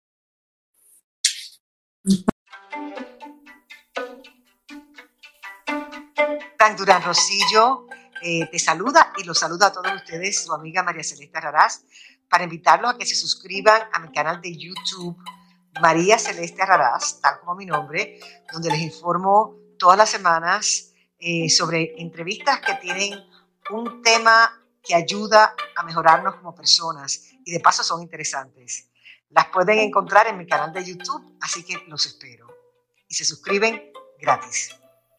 Frank Durán Rosillo eh, te saluda y los saluda a todos ustedes, su amiga María Celeste Raraz, para invitarlos a que se suscriban a mi canal de YouTube, María Celeste Raraz, tal como mi nombre, donde les informo todas las semanas eh, sobre entrevistas que tienen un tema que ayuda a mejorarnos como personas y de paso son interesantes. Las pueden encontrar en mi canal de YouTube, así que los espero. Y se suscriben gratis.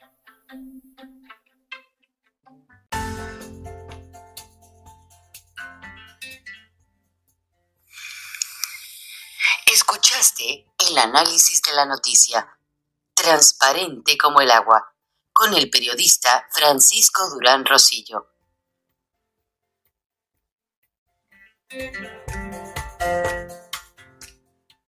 Escuchaste el análisis de la noticia, transparente como el agua, con el periodista Francisco Durán Rosillo.